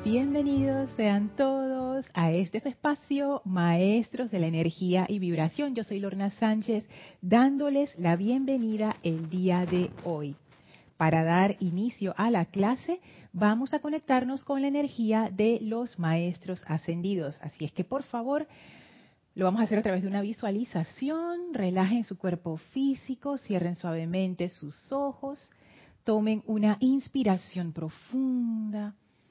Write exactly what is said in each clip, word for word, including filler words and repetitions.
Bienvenidos sean todos a este su espacio, Maestros de la Energía y Vibración. Yo soy Lorna Sánchez, dándoles la bienvenida el día de hoy. Para dar inicio a la clase, vamos a conectarnos con la energía de los Maestros Ascendidos. Así es que, por favor, lo vamos a hacer a través de una visualización. Relajen su cuerpo físico, cierren suavemente sus ojos, tomen una inspiración profunda.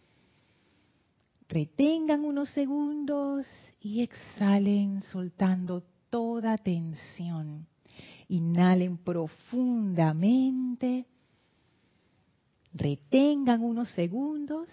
Retengan unos segundos y exhalen soltando toda tensión. Inhalen profundamente. Retengan unos segundos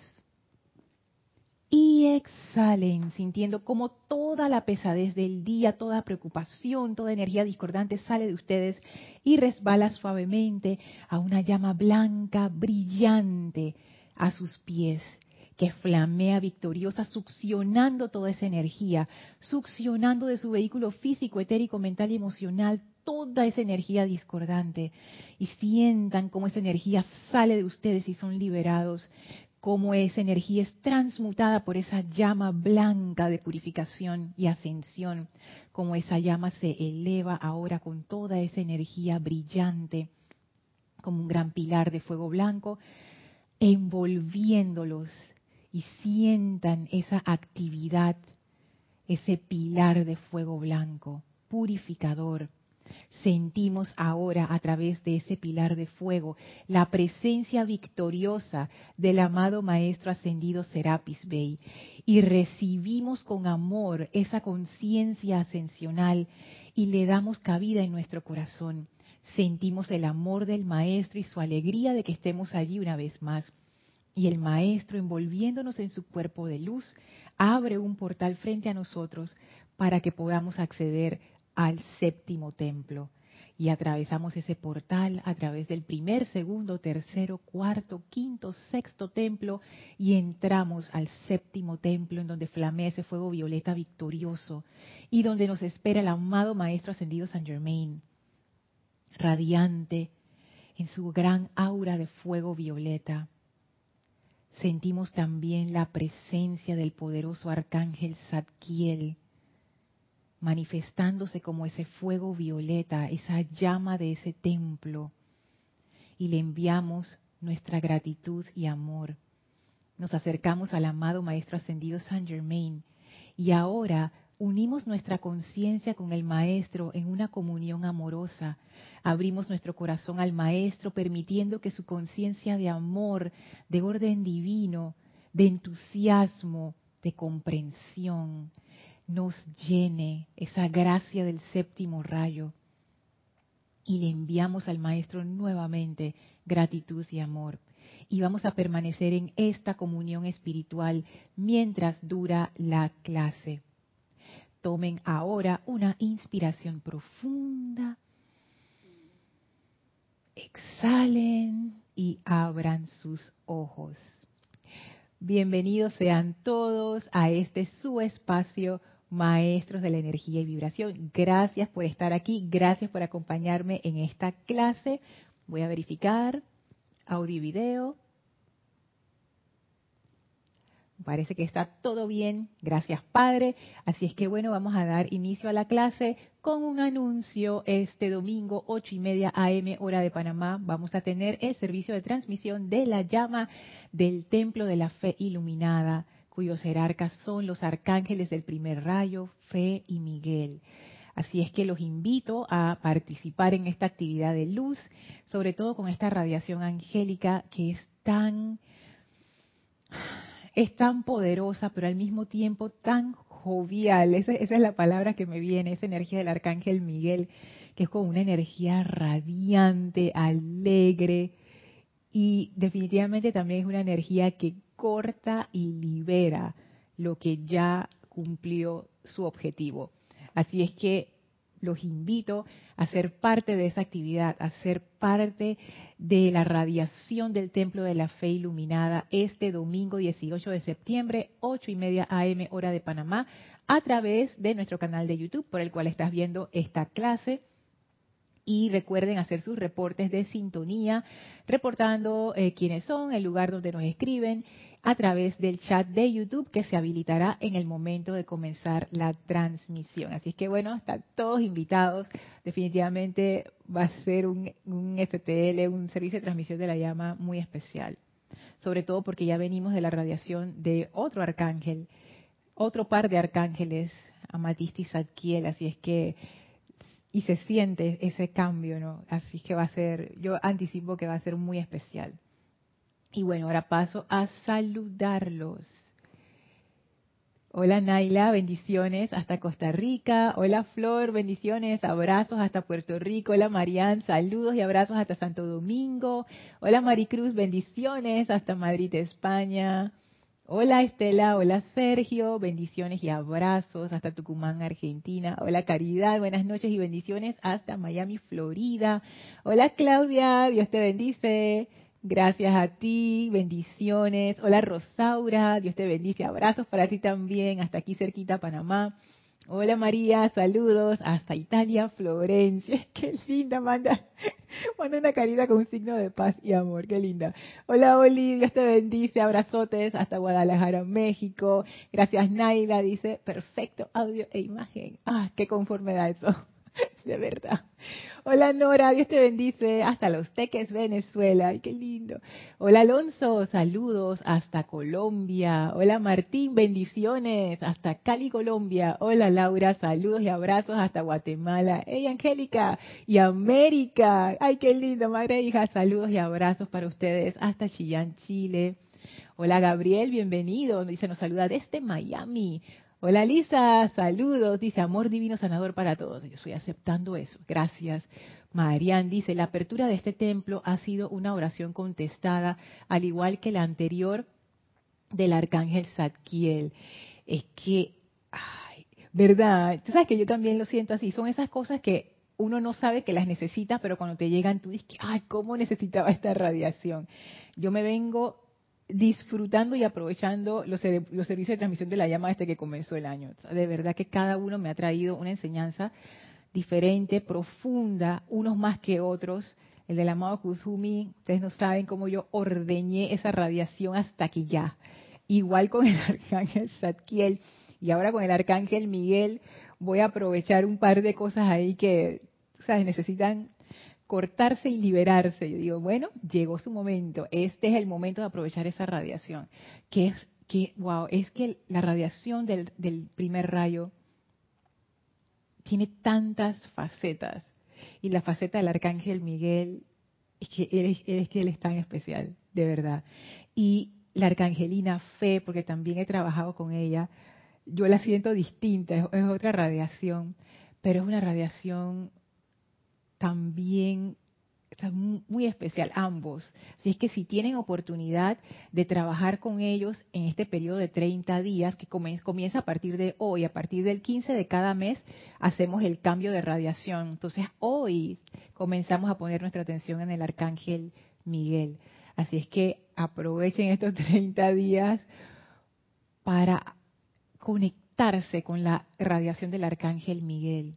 y exhalen sintiendo como toda la pesadez del día, toda preocupación, toda energía discordante sale de ustedes y resbala suavemente a una llama blanca brillante a sus pies, que flamea victoriosa, succionando toda esa energía, succionando de su vehículo físico, etérico, mental y emocional toda esa energía discordante. Y sientan cómo esa energía sale de ustedes y son liberados, cómo esa energía es transmutada por esa llama blanca de purificación y ascensión, cómo esa llama se eleva ahora con toda esa energía brillante, como un gran pilar de fuego blanco, envolviéndolos. Y sientan esa actividad, ese pilar de fuego blanco, purificador. Sentimos ahora a través de ese pilar de fuego la presencia victoriosa del amado Maestro Ascendido Serapis Bey. Y recibimos con amor esa conciencia ascensional y le damos cabida en nuestro corazón. Sentimos el amor del Maestro y su alegría de que estemos allí una vez más. Y el Maestro, envolviéndonos en su cuerpo de luz, abre un portal frente a nosotros para que podamos acceder al séptimo templo. Y atravesamos ese portal a través del primer, segundo, tercero, cuarto, quinto, sexto templo y entramos al séptimo templo, en donde flamea ese fuego violeta victorioso y donde nos espera el amado Maestro Ascendido Saint Germain, radiante en su gran aura de fuego violeta. Sentimos también la presencia del poderoso arcángel Zadkiel, manifestándose como ese fuego violeta, esa llama de ese templo. Y le enviamos nuestra gratitud y amor. Nos acercamos al amado Maestro Ascendido Saint Germain y ahora unimos nuestra conciencia con el Maestro en una comunión amorosa. Abrimos nuestro corazón al Maestro, permitiendo que su conciencia de amor, de orden divino, de entusiasmo, de comprensión, nos llene, esa gracia del séptimo rayo. Y le enviamos al Maestro nuevamente gratitud y amor. Y vamos a permanecer en esta comunión espiritual mientras dura la clase. Tomen ahora una inspiración profunda. Exhalen y abran sus ojos. Bienvenidos sean todos a este su espacio, Maestros de la Energía y Vibración. Gracias por estar aquí, gracias por acompañarme en esta clase. Voy a verificar audio y video. Parece que está todo bien, gracias Padre. Así es que bueno, vamos a dar inicio a la clase con un anuncio. Este domingo, ocho y media a eme, hora de Panamá, vamos a tener el servicio de transmisión de la llama del Templo de la Fe Iluminada, cuyos jerarcas son los arcángeles del primer rayo, Fe y Miguel. Así es que los invito a participar en esta actividad de luz, sobre todo con esta radiación angélica que es tan... es tan poderosa, pero al mismo tiempo tan jovial. Esa, esa es la palabra que me viene, esa energía del arcángel Miguel, que es como una energía radiante, alegre, y definitivamente también es una energía que corta y libera lo que ya cumplió su objetivo. Así es que los invito a ser parte de esa actividad, a ser parte de la radiación del Templo de la Fe Iluminada este domingo dieciocho de septiembre, ocho y media a eme, hora de Panamá, a través de nuestro canal de YouTube, por el cual estás viendo esta clase. Y recuerden hacer sus reportes de sintonía, reportando eh, quiénes son, el lugar donde nos escriben, a través del chat de YouTube que se habilitará en el momento de comenzar la transmisión. Así es que bueno, están todos invitados. Definitivamente va a ser un, un S T L, un servicio de transmisión de la llama muy especial. Sobre todo porque ya venimos de la radiación de otro arcángel, otro par de arcángeles, Amatista y Zadkiel. Así es que y se siente ese cambio, ¿no? Así que va a ser, yo anticipo que va a ser muy especial. Y bueno, ahora paso a saludarlos. Hola Naila, bendiciones hasta Costa Rica. Hola Flor, bendiciones, abrazos hasta Puerto Rico. Hola Marian, saludos y abrazos hasta Santo Domingo. Hola Maricruz, bendiciones hasta Madrid, España. Hola Estela, hola Sergio, bendiciones y abrazos hasta Tucumán, Argentina. Hola Caridad, buenas noches y bendiciones hasta Miami, Florida. Hola Claudia, Dios te bendice. Gracias a ti, bendiciones. Hola Rosaura, Dios te bendice. Abrazos para ti también, hasta aquí cerquita, Panamá. Hola María, saludos hasta Italia, Florencia. Qué linda, manda, manda una carita con un signo de paz y amor, qué linda. Hola Oli, Dios te bendice, abrazotes hasta Guadalajara, México. Gracias Naila, dice, perfecto audio e imagen. Ah, qué conforme da eso, de verdad. Hola Nora, Dios te bendice, hasta Los Teques, Venezuela, ay qué lindo. Hola Alonso, saludos hasta Colombia. Hola Martín, bendiciones hasta Cali, Colombia. Hola Laura, saludos y abrazos hasta Guatemala. Hey Angélica y América, ay qué lindo, madre e hija, saludos y abrazos para ustedes hasta Chillán, Chile. Hola Gabriel, bienvenido, dice, nos saluda desde Miami. Hola Lisa, saludos, dice amor divino sanador para todos. Yo estoy aceptando eso, gracias. Marian dice, la apertura de este templo ha sido una oración contestada, al igual que la anterior del arcángel Zadkiel. Es que, ay, verdad, tú sabes que yo también lo siento así, son esas cosas que uno no sabe que las necesita, pero cuando te llegan tú dices, ay, ¿cómo necesitaba esta radiación? Yo me vengo disfrutando y aprovechando los, los servicios de transmisión de la llama desde que comenzó el año. De verdad que cada uno me ha traído una enseñanza diferente, profunda, unos más que otros. El del amado Kuzumi, ustedes no saben cómo yo ordeñé esa radiación hasta que ya. Igual con el arcángel Zadkiel y ahora con el arcángel Miguel, voy a aprovechar un par de cosas ahí que, ¿sabes?, necesitan cortarse y liberarse. Yo digo, bueno, llegó su momento. Este es el momento de aprovechar esa radiación. Que es, que, wow, es que la radiación del, del primer rayo tiene tantas facetas. Y la faceta del arcángel Miguel, es que él, es que él es tan especial, de verdad. Y la arcangelina Fe, porque también he trabajado con ella, yo la siento distinta, es, es otra radiación, pero es una radiación también está muy especial, ambos. Así es que si tienen oportunidad de trabajar con ellos en este periodo de treinta días, que comienza a partir de hoy, a partir del quince de cada mes, hacemos el cambio de radiación. Entonces hoy comenzamos a poner nuestra atención en el arcángel Miguel. Así es que aprovechen estos treinta días para conectarse con la radiación del arcángel Miguel.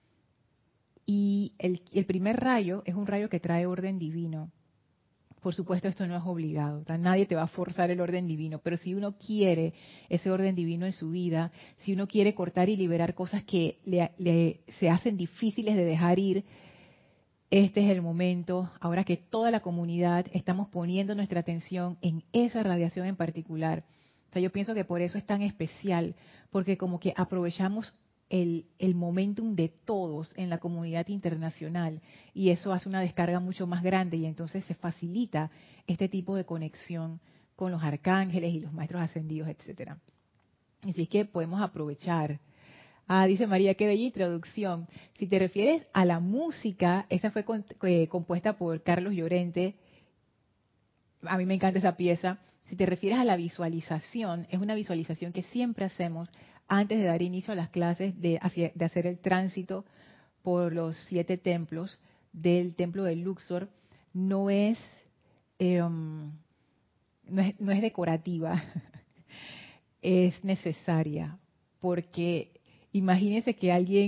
Y el, el primer rayo es un rayo que trae orden divino. Por supuesto, esto no es obligado. O sea, nadie te va a forzar el orden divino. Pero si uno quiere ese orden divino en su vida, si uno quiere cortar y liberar cosas que le, le, se hacen difíciles de dejar ir, este es el momento. Ahora que toda la comunidad estamos poniendo nuestra atención en esa radiación en particular. O sea, yo pienso que por eso es tan especial. Porque como que aprovechamos el, el momentum de todos en la comunidad internacional y eso hace una descarga mucho más grande y entonces se facilita este tipo de conexión con los arcángeles y los maestros ascendidos, etcétera. Así que podemos aprovechar. Ah, dice María, qué bella introducción. Si te refieres a la música, esa fue con, eh, compuesta por Carlos Llorente. A mí me encanta esa pieza. Si te refieres a la visualización, es una visualización que siempre hacemos antes de dar inicio a las clases de, de hacer el tránsito por los siete templos del templo de Luxor. No es, eh, um, no es, no es decorativa, es necesaria, porque imagínense que alguien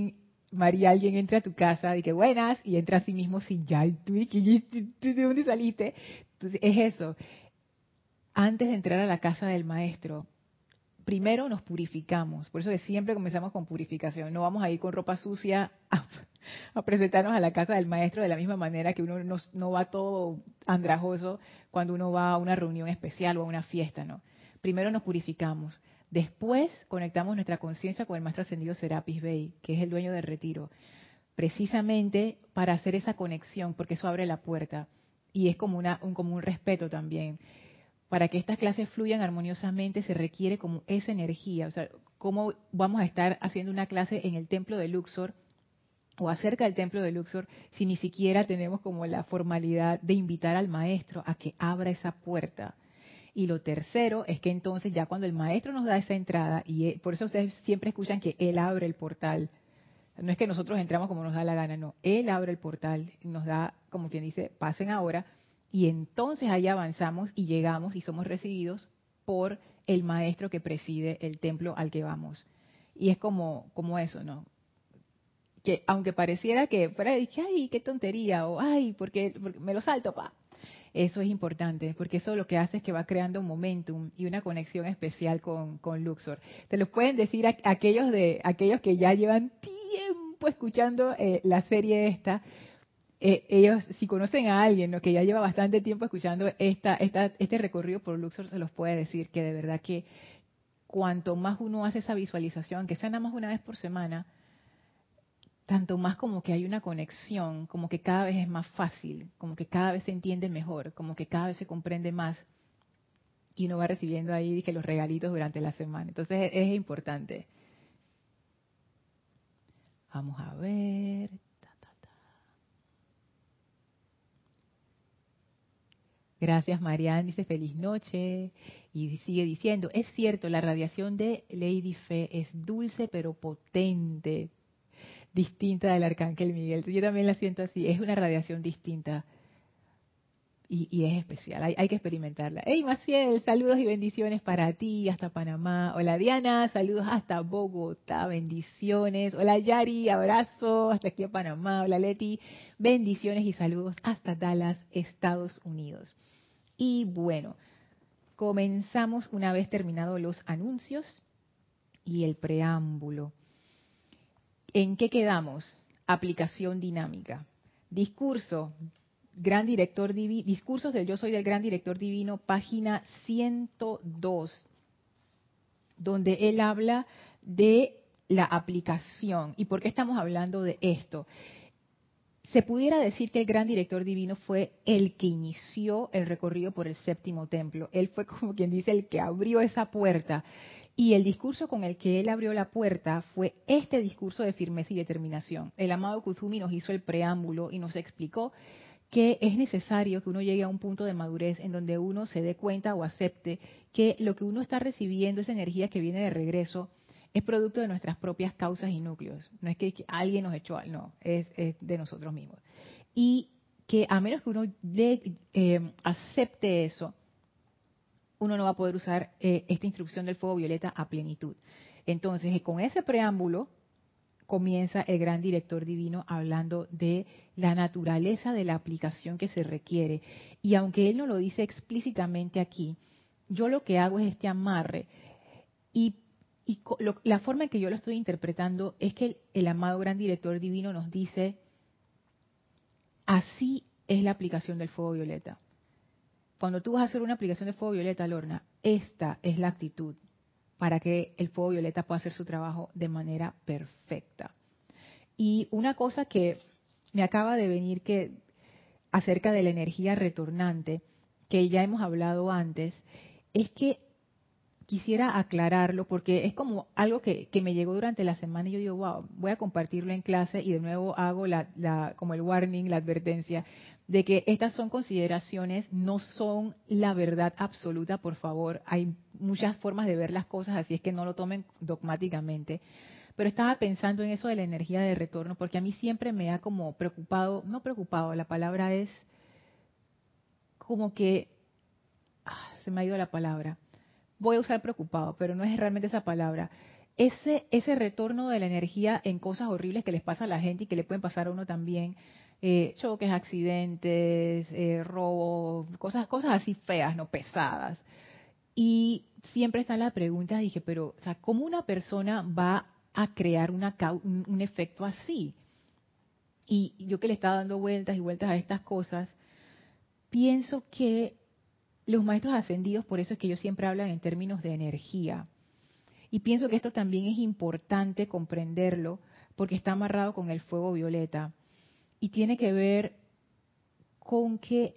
María, alguien entra a tu casa y que buenas, y entra a sí mismo sin ya, y tú, y que, y tú, tú, ¿de dónde saliste? Entonces, es eso. Antes de entrar a la casa del maestro, primero nos purificamos. Por eso que siempre comenzamos con purificación. No vamos a ir con ropa sucia a, a presentarnos a la casa del maestro de la misma manera que uno no, no va todo andrajoso cuando uno va a una reunión especial o a una fiesta, ¿no? Primero nos purificamos. Después conectamos nuestra conciencia con el maestro ascendido Serapis Bey, que es el dueño del retiro, precisamente para hacer esa conexión, porque eso abre la puerta y es como una un, como un respeto también. Para que estas clases fluyan armoniosamente se requiere como esa energía, o sea, cómo vamos a estar haciendo una clase en el templo de Luxor o acerca del templo de Luxor si ni siquiera tenemos como la formalidad de invitar al maestro a que abra esa puerta. Y lo tercero es que entonces ya cuando el maestro nos da esa entrada, y él- por eso ustedes siempre escuchan que él abre el portal, no es que nosotros entramos como nos da la gana, no, él abre el portal, nos da, como quien dice, pasen ahora, y entonces ahí avanzamos y llegamos y somos recibidos por el maestro que preside el templo al que vamos. Y es como, como eso, ¿no? Que aunque pareciera que fuera de que, ay, qué tontería, o ay, porque, porque me lo salto, pa. Eso es importante, porque eso lo que hace es que va creando un momentum y una conexión especial con, con Luxor. Te lo pueden decir a, aquellos de aquellos que ya llevan tiempo escuchando eh, la serie esta. Eh, ellos, si conocen a alguien, ¿no?, que ya lleva bastante tiempo escuchando esta, esta, este recorrido por Luxor, se los puede decir que de verdad que cuanto más uno hace esa visualización, que sea nada más una vez por semana, tanto más como que hay una conexión, como que cada vez es más fácil, como que cada vez se entiende mejor, como que cada vez se comprende más y uno va recibiendo ahí, dije, los regalitos durante la semana. Entonces es, es importante. Vamos a ver. Ta, ta, ta. Gracias, Marianne. Dice feliz noche. Y sigue diciendo, es cierto, la radiación de Lady Fe es dulce pero potente, distinta del Arcángel Miguel. Yo también la siento así, es una radiación distinta. Y, y es especial, hay, hay que experimentarla. Hey Maciel, saludos y bendiciones para ti, hasta Panamá. Hola Diana, saludos hasta Bogotá, bendiciones. Hola Yari, abrazo hasta aquí a Panamá. Hola Leti, bendiciones y saludos hasta Dallas, Estados Unidos. Y bueno, comenzamos una vez terminados los anuncios y el preámbulo. ¿En qué quedamos? Aplicación dinámica. Discurso. Gran Director Divino, Discursos del Yo Soy del Gran Director Divino, página ciento dos, donde él habla de la aplicación. ¿Y por qué estamos hablando de esto? Se pudiera decir que el Gran Director Divino fue el que inició el recorrido por el séptimo templo. Él fue, como quien dice, el que abrió esa puerta. Y el discurso con el que él abrió la puerta fue este discurso de firmeza y determinación. El amado Kuzumi nos hizo el preámbulo y nos explicó que es necesario que uno llegue a un punto de madurez en donde uno se dé cuenta o acepte que lo que uno está recibiendo, esa energía que viene de regreso, es producto de nuestras propias causas y núcleos. No es que alguien nos echó, no, es, es de nosotros mismos. Y que a menos que uno le, eh, acepte eso, uno no va a poder usar eh, esta instrucción del fuego violeta a plenitud. Entonces, con ese preámbulo, comienza el Gran Director Divino hablando de la naturaleza de la aplicación que se requiere. Y aunque él no lo dice explícitamente aquí, yo lo que hago es este amarre. Y, y lo, la forma en que yo lo estoy interpretando es que el, el amado Gran Director Divino nos dice, así es la aplicación del fuego violeta. Cuando tú vas a hacer una aplicación de fuego violeta, Lorna, esta es la actitud para que el fuego violeta pueda hacer su trabajo de manera perfecta. Y una cosa que me acaba de venir que acerca de la energía retornante, que ya hemos hablado antes, es que quisiera aclararlo porque es como algo que, que me llegó durante la semana y yo digo, wow, voy a compartirlo en clase y de nuevo hago la, la, como el warning, la advertencia de que estas son consideraciones, no son la verdad absoluta, por favor. Hay muchas formas de ver las cosas, así es que no lo tomen dogmáticamente. Pero estaba pensando en eso de la energía de retorno porque a mí siempre me ha como preocupado, no preocupado, la palabra es como que, ah, se me ha ido la palabra. Voy a usar preocupado, pero no es realmente esa palabra. ese, ese retorno de la energía en cosas horribles que les pasa a la gente y que le pueden pasar a uno también, eh, choques, accidentes, eh, robos, cosas, cosas así feas, no pesadas. Y siempre está la pregunta, dije, pero, o sea, ¿cómo una persona va a crear una, un, un efecto así? Y yo que le estaba dando vueltas y vueltas a estas cosas, pienso que los maestros ascendidos, por eso es que ellos siempre hablan en términos de energía. Y pienso que esto también es importante comprenderlo, porque está amarrado con el fuego violeta. Y tiene que ver con que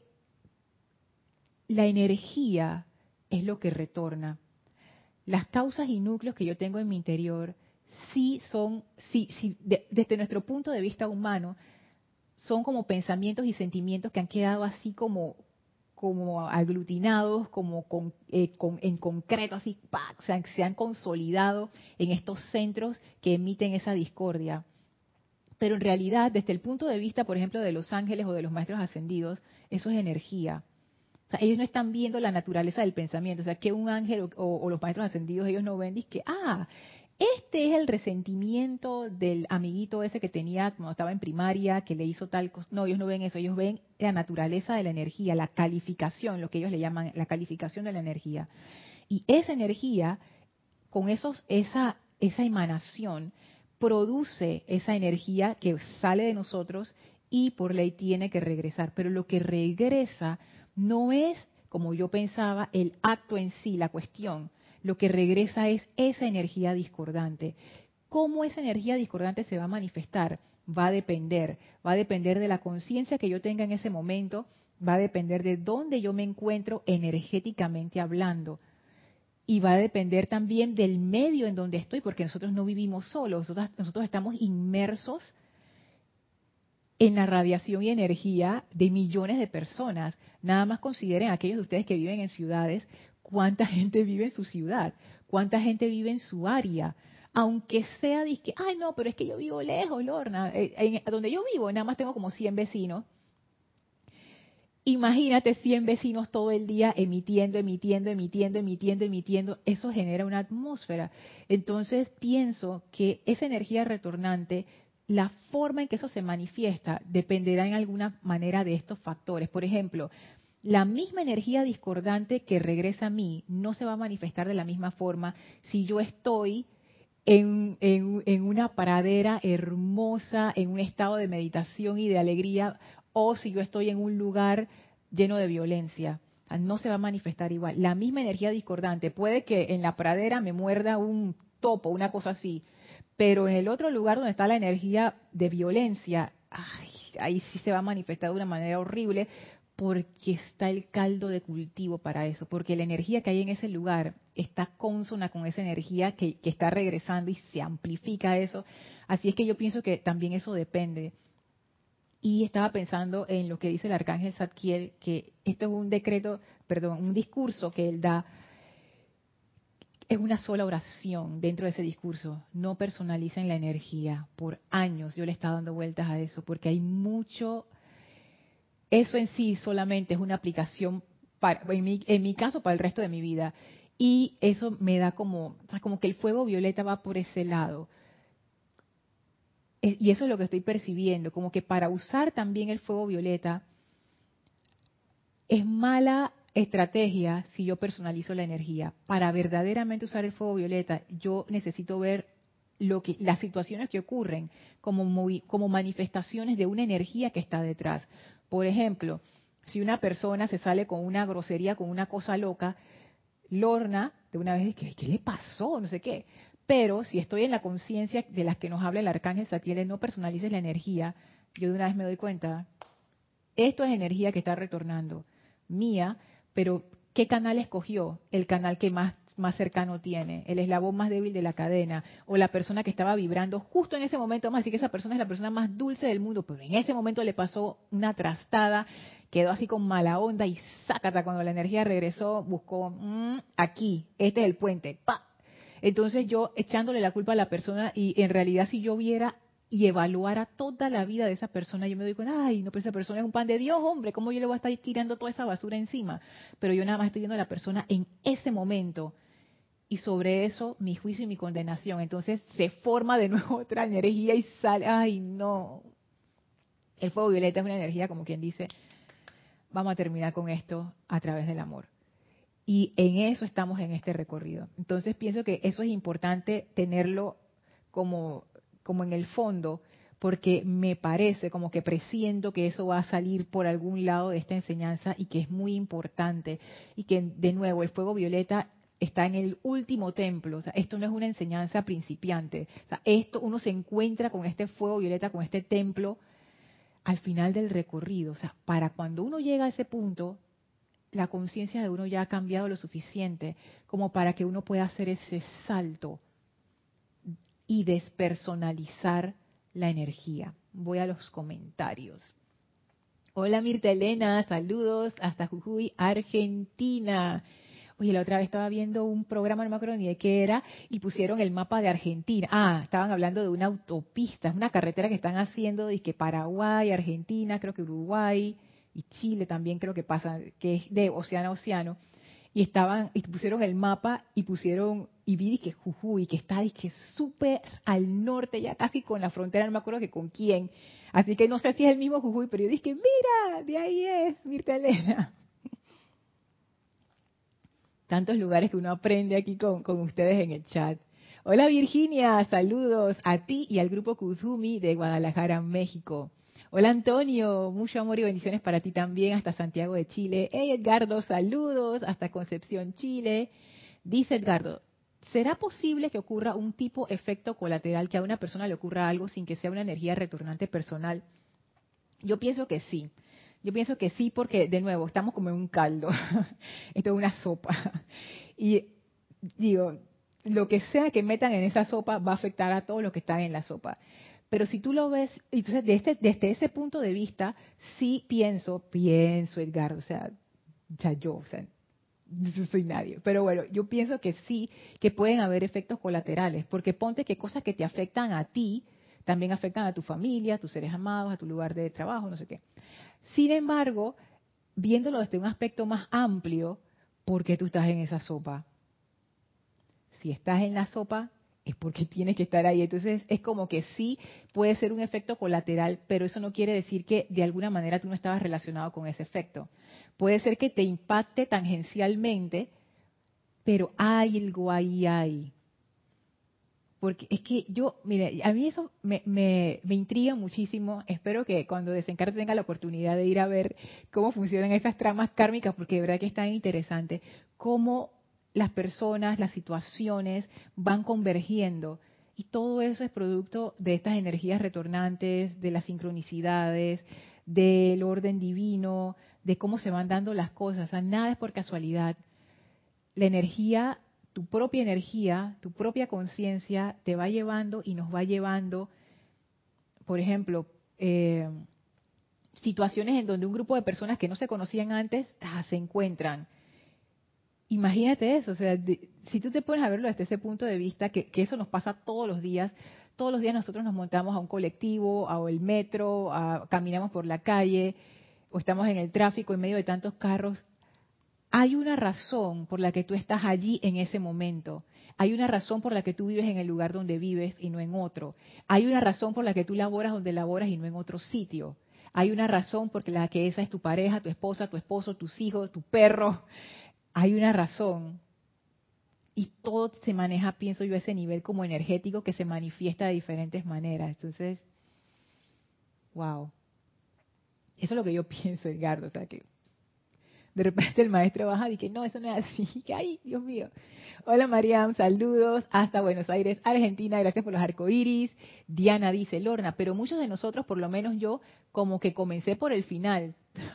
la energía es lo que retorna. Las causas y núcleos que yo tengo en mi interior sí son, sí, sí, de, desde nuestro punto de vista humano, son como pensamientos y sentimientos que han quedado así como, como aglutinados, como con, eh, con, en concreto, así, ¡pac! Se han, se han consolidado en estos centros que emiten esa discordia. Pero en realidad, desde el punto de vista, por ejemplo, de los ángeles o de los maestros ascendidos, eso es energía. O sea, ellos no están viendo la naturaleza del pensamiento. O sea, que un ángel o, o, o los maestros ascendidos, ellos no ven, dicen que, ah, este es el resentimiento del amiguito ese que tenía cuando estaba en primaria, que le hizo tal cosa. No, ellos no ven eso. Ellos ven la naturaleza de la energía, la calificación, lo que ellos le llaman la calificación de la energía. Y esa energía, con esos, esa, esa emanación, produce esa energía que sale de nosotros y por ley tiene que regresar. Pero lo que regresa no es, como yo pensaba, el acto en sí, la cuestión. Lo que regresa es esa energía discordante. ¿Cómo esa energía discordante se va a manifestar? Va a depender. Va a depender de la conciencia que yo tenga en ese momento. Va a depender de dónde yo me encuentro energéticamente hablando. Y va a depender también del medio en donde estoy, porque nosotros no vivimos solos, nosotros, nosotros estamos inmersos en la radiación y energía de millones de personas. Nada más consideren aquellos de ustedes que viven en ciudades, cuánta gente vive en su ciudad, cuánta gente vive en su área. Aunque sea, dizque, ay no, pero es que yo vivo lejos, Lorna. En, en, donde yo vivo, nada más tengo como cien vecinos. Imagínate cien vecinos todo el día emitiendo, emitiendo, emitiendo, emitiendo, emitiendo. Eso genera una atmósfera. Entonces pienso que esa energía retornante, la forma en que eso se manifiesta, dependerá en alguna manera de estos factores. Por ejemplo, la misma energía discordante que regresa a mí no se va a manifestar de la misma forma si yo estoy en, en, en una pradera hermosa, en un estado de meditación y de alegría, o si yo estoy en un lugar lleno de violencia. O sea, no se va a manifestar igual. La misma energía discordante. Puede que en la pradera me muerda un topo, una cosa así, pero en el otro lugar donde está la energía de violencia, ay, ahí sí se va a manifestar de una manera horrible, porque está el caldo de cultivo para eso, porque la energía que hay en ese lugar está consona con esa energía que, que está regresando y se amplifica eso. Así es que yo pienso que también eso depende. Y estaba pensando en lo que dice el arcángel Zadkiel, que esto es un decreto, perdón, un discurso que él da, es una sola oración dentro de ese discurso. No personalicen la energía. Por años yo le estaba dando vueltas a eso, porque hay mucho. Eso en sí solamente es una aplicación, para, en, mi, en mi caso, para el resto de mi vida. Y eso me da como, o sea, como que el fuego violeta va por ese lado. Y eso es lo que estoy percibiendo, como que para usar también el fuego violeta es mala estrategia si yo personalizo la energía. Para verdaderamente usar el fuego violeta, yo necesito ver lo que, las situaciones que ocurren como, muy, como manifestaciones de una energía que está detrás. Por ejemplo, si una persona se sale con una grosería, con una cosa loca, Lorna de una vez dice, ¿qué le pasó? No sé qué. Pero si estoy en la conciencia de las que nos habla el arcángel Zadkiel, no personalices la energía, yo de una vez me doy cuenta, esto es energía que está retornando, mía, pero ¿qué canal escogió? El canal que más, más cercano tiene, el eslabón más débil de la cadena, o la persona que estaba vibrando justo en ese momento, vamos a decir que esa persona es la persona más dulce del mundo, pero en ese momento le pasó una trastada, quedó así con mala onda y sácata, cuando la energía regresó, buscó, mmm, aquí, este es el puente, ¡pa! Entonces yo echándole la culpa a la persona y en realidad si yo viera y evaluara toda la vida de esa persona, yo me doy cuenta, ay, no, pero esa persona es un pan de Dios, hombre, ¿cómo yo le voy a estar tirando toda esa basura encima? Pero yo nada más estoy viendo a la persona en ese momento y sobre eso mi juicio y mi condenación. Entonces se forma de nuevo otra energía y sale, ay no. El fuego violeta es una energía, como quien dice, vamos a terminar con esto a través del amor. Y en eso estamos en este recorrido. Entonces pienso que eso es importante tenerlo como, como en el fondo, porque me parece como que presiento que eso va a salir por algún lado de esta enseñanza y que es muy importante. Y que, de nuevo, el fuego violeta está en el último templo. O sea, esto no es una enseñanza principiante. O sea, esto, uno se encuentra con este fuego violeta, con este templo, al final del recorrido. O sea, para cuando uno llega a ese punto, la conciencia de uno ya ha cambiado lo suficiente como para que uno pueda hacer ese salto y despersonalizar la energía. Voy a los comentarios. Hola Mirta Elena, saludos hasta Jujuy, Argentina. Oye, la otra vez estaba viendo un programa, no me acuerdo ni de qué era, y pusieron el mapa de Argentina. Ah, estaban hablando de una autopista, es una carretera que están haciendo, de que Paraguay, Argentina, creo que Uruguay y Chile también creo que pasa, que es de océano a océano. Y estaban, y pusieron el mapa y pusieron, y vi que Jujuy, que está que súper al norte, ya casi con la frontera, no me acuerdo que con quién. Así que no sé si es el mismo Jujuy, pero yo dije, mira, de ahí es, Mirta Elena. Tantos lugares que uno aprende aquí con, con ustedes en el chat. Hola Virginia, saludos a ti y al grupo Kuzumi de Guadalajara, México. Hola Antonio, mucho amor y bendiciones para ti también hasta Santiago de Chile. Hey Edgardo, saludos hasta Concepción, Chile. Dice Edgardo, ¿será posible que ocurra un tipo efecto colateral, que a una persona le ocurra algo sin que sea una energía retornante personal? Yo pienso que sí. Yo pienso que sí porque, de nuevo, estamos como en un caldo. Esto es una sopa. Y digo, lo que sea que metan en esa sopa va a afectar a todos los que están en la sopa. Pero si tú lo ves, entonces desde, desde ese punto de vista, sí pienso, pienso, Edgar, o sea, o sea yo, o sea, no soy nadie. Pero bueno, yo pienso que sí, que pueden haber efectos colaterales, porque ponte que cosas que te afectan a ti, también afectan a tu familia, a tus seres amados, a tu lugar de trabajo, no sé qué. Sin embargo, viéndolo desde un aspecto más amplio, ¿por qué tú estás en esa sopa? Si estás en la sopa, es porque tienes que estar ahí. Entonces, es como que sí puede ser un efecto colateral, pero eso no quiere decir que de alguna manera tú no estabas relacionado con ese efecto. Puede ser que te impacte tangencialmente, pero hay algo ahí, hay. Porque es que yo, mire, a mí eso me, me, me intriga muchísimo. Espero que cuando Desencarte tenga la oportunidad de ir a ver cómo funcionan esas tramas kármicas, porque de verdad que es tan interesante, cómo las personas, las situaciones van convergiendo. Y todo eso es producto de estas energías retornantes, de las sincronicidades, del orden divino, de cómo se van dando las cosas. O sea, nada es por casualidad. La energía, tu propia energía, tu propia conciencia te va llevando y nos va llevando, por ejemplo, eh, situaciones en donde un grupo de personas que no se conocían antes ah, se encuentran. Imagínate eso, o sea, de, si tú te pones a verlo desde ese punto de vista, que, que eso nos pasa todos los días, todos los días nosotros nos montamos a un colectivo, a el metro, a, caminamos por la calle, o estamos en el tráfico en medio de tantos carros. Hay una razón por la que tú estás allí en ese momento. Hay una razón por la que tú vives en el lugar donde vives y no en otro. Hay una razón por la que tú laboras donde laboras y no en otro sitio. Hay una razón por la que esa es tu pareja, tu esposa, tu esposo, tus hijos, tu perro. Hay una razón. Y todo se maneja, pienso yo, a ese nivel como energético que se manifiesta de diferentes maneras. Entonces, wow. Eso es lo que yo pienso, Edgardo. O sea, que de repente el maestro baja y que no, eso no es así. Que ay, Dios mío. Hola Mariam, saludos hasta Buenos Aires, Argentina. Gracias por los arcoíris. Diana dice, Lorna, pero muchos de nosotros, por lo menos yo, como que comencé por el final.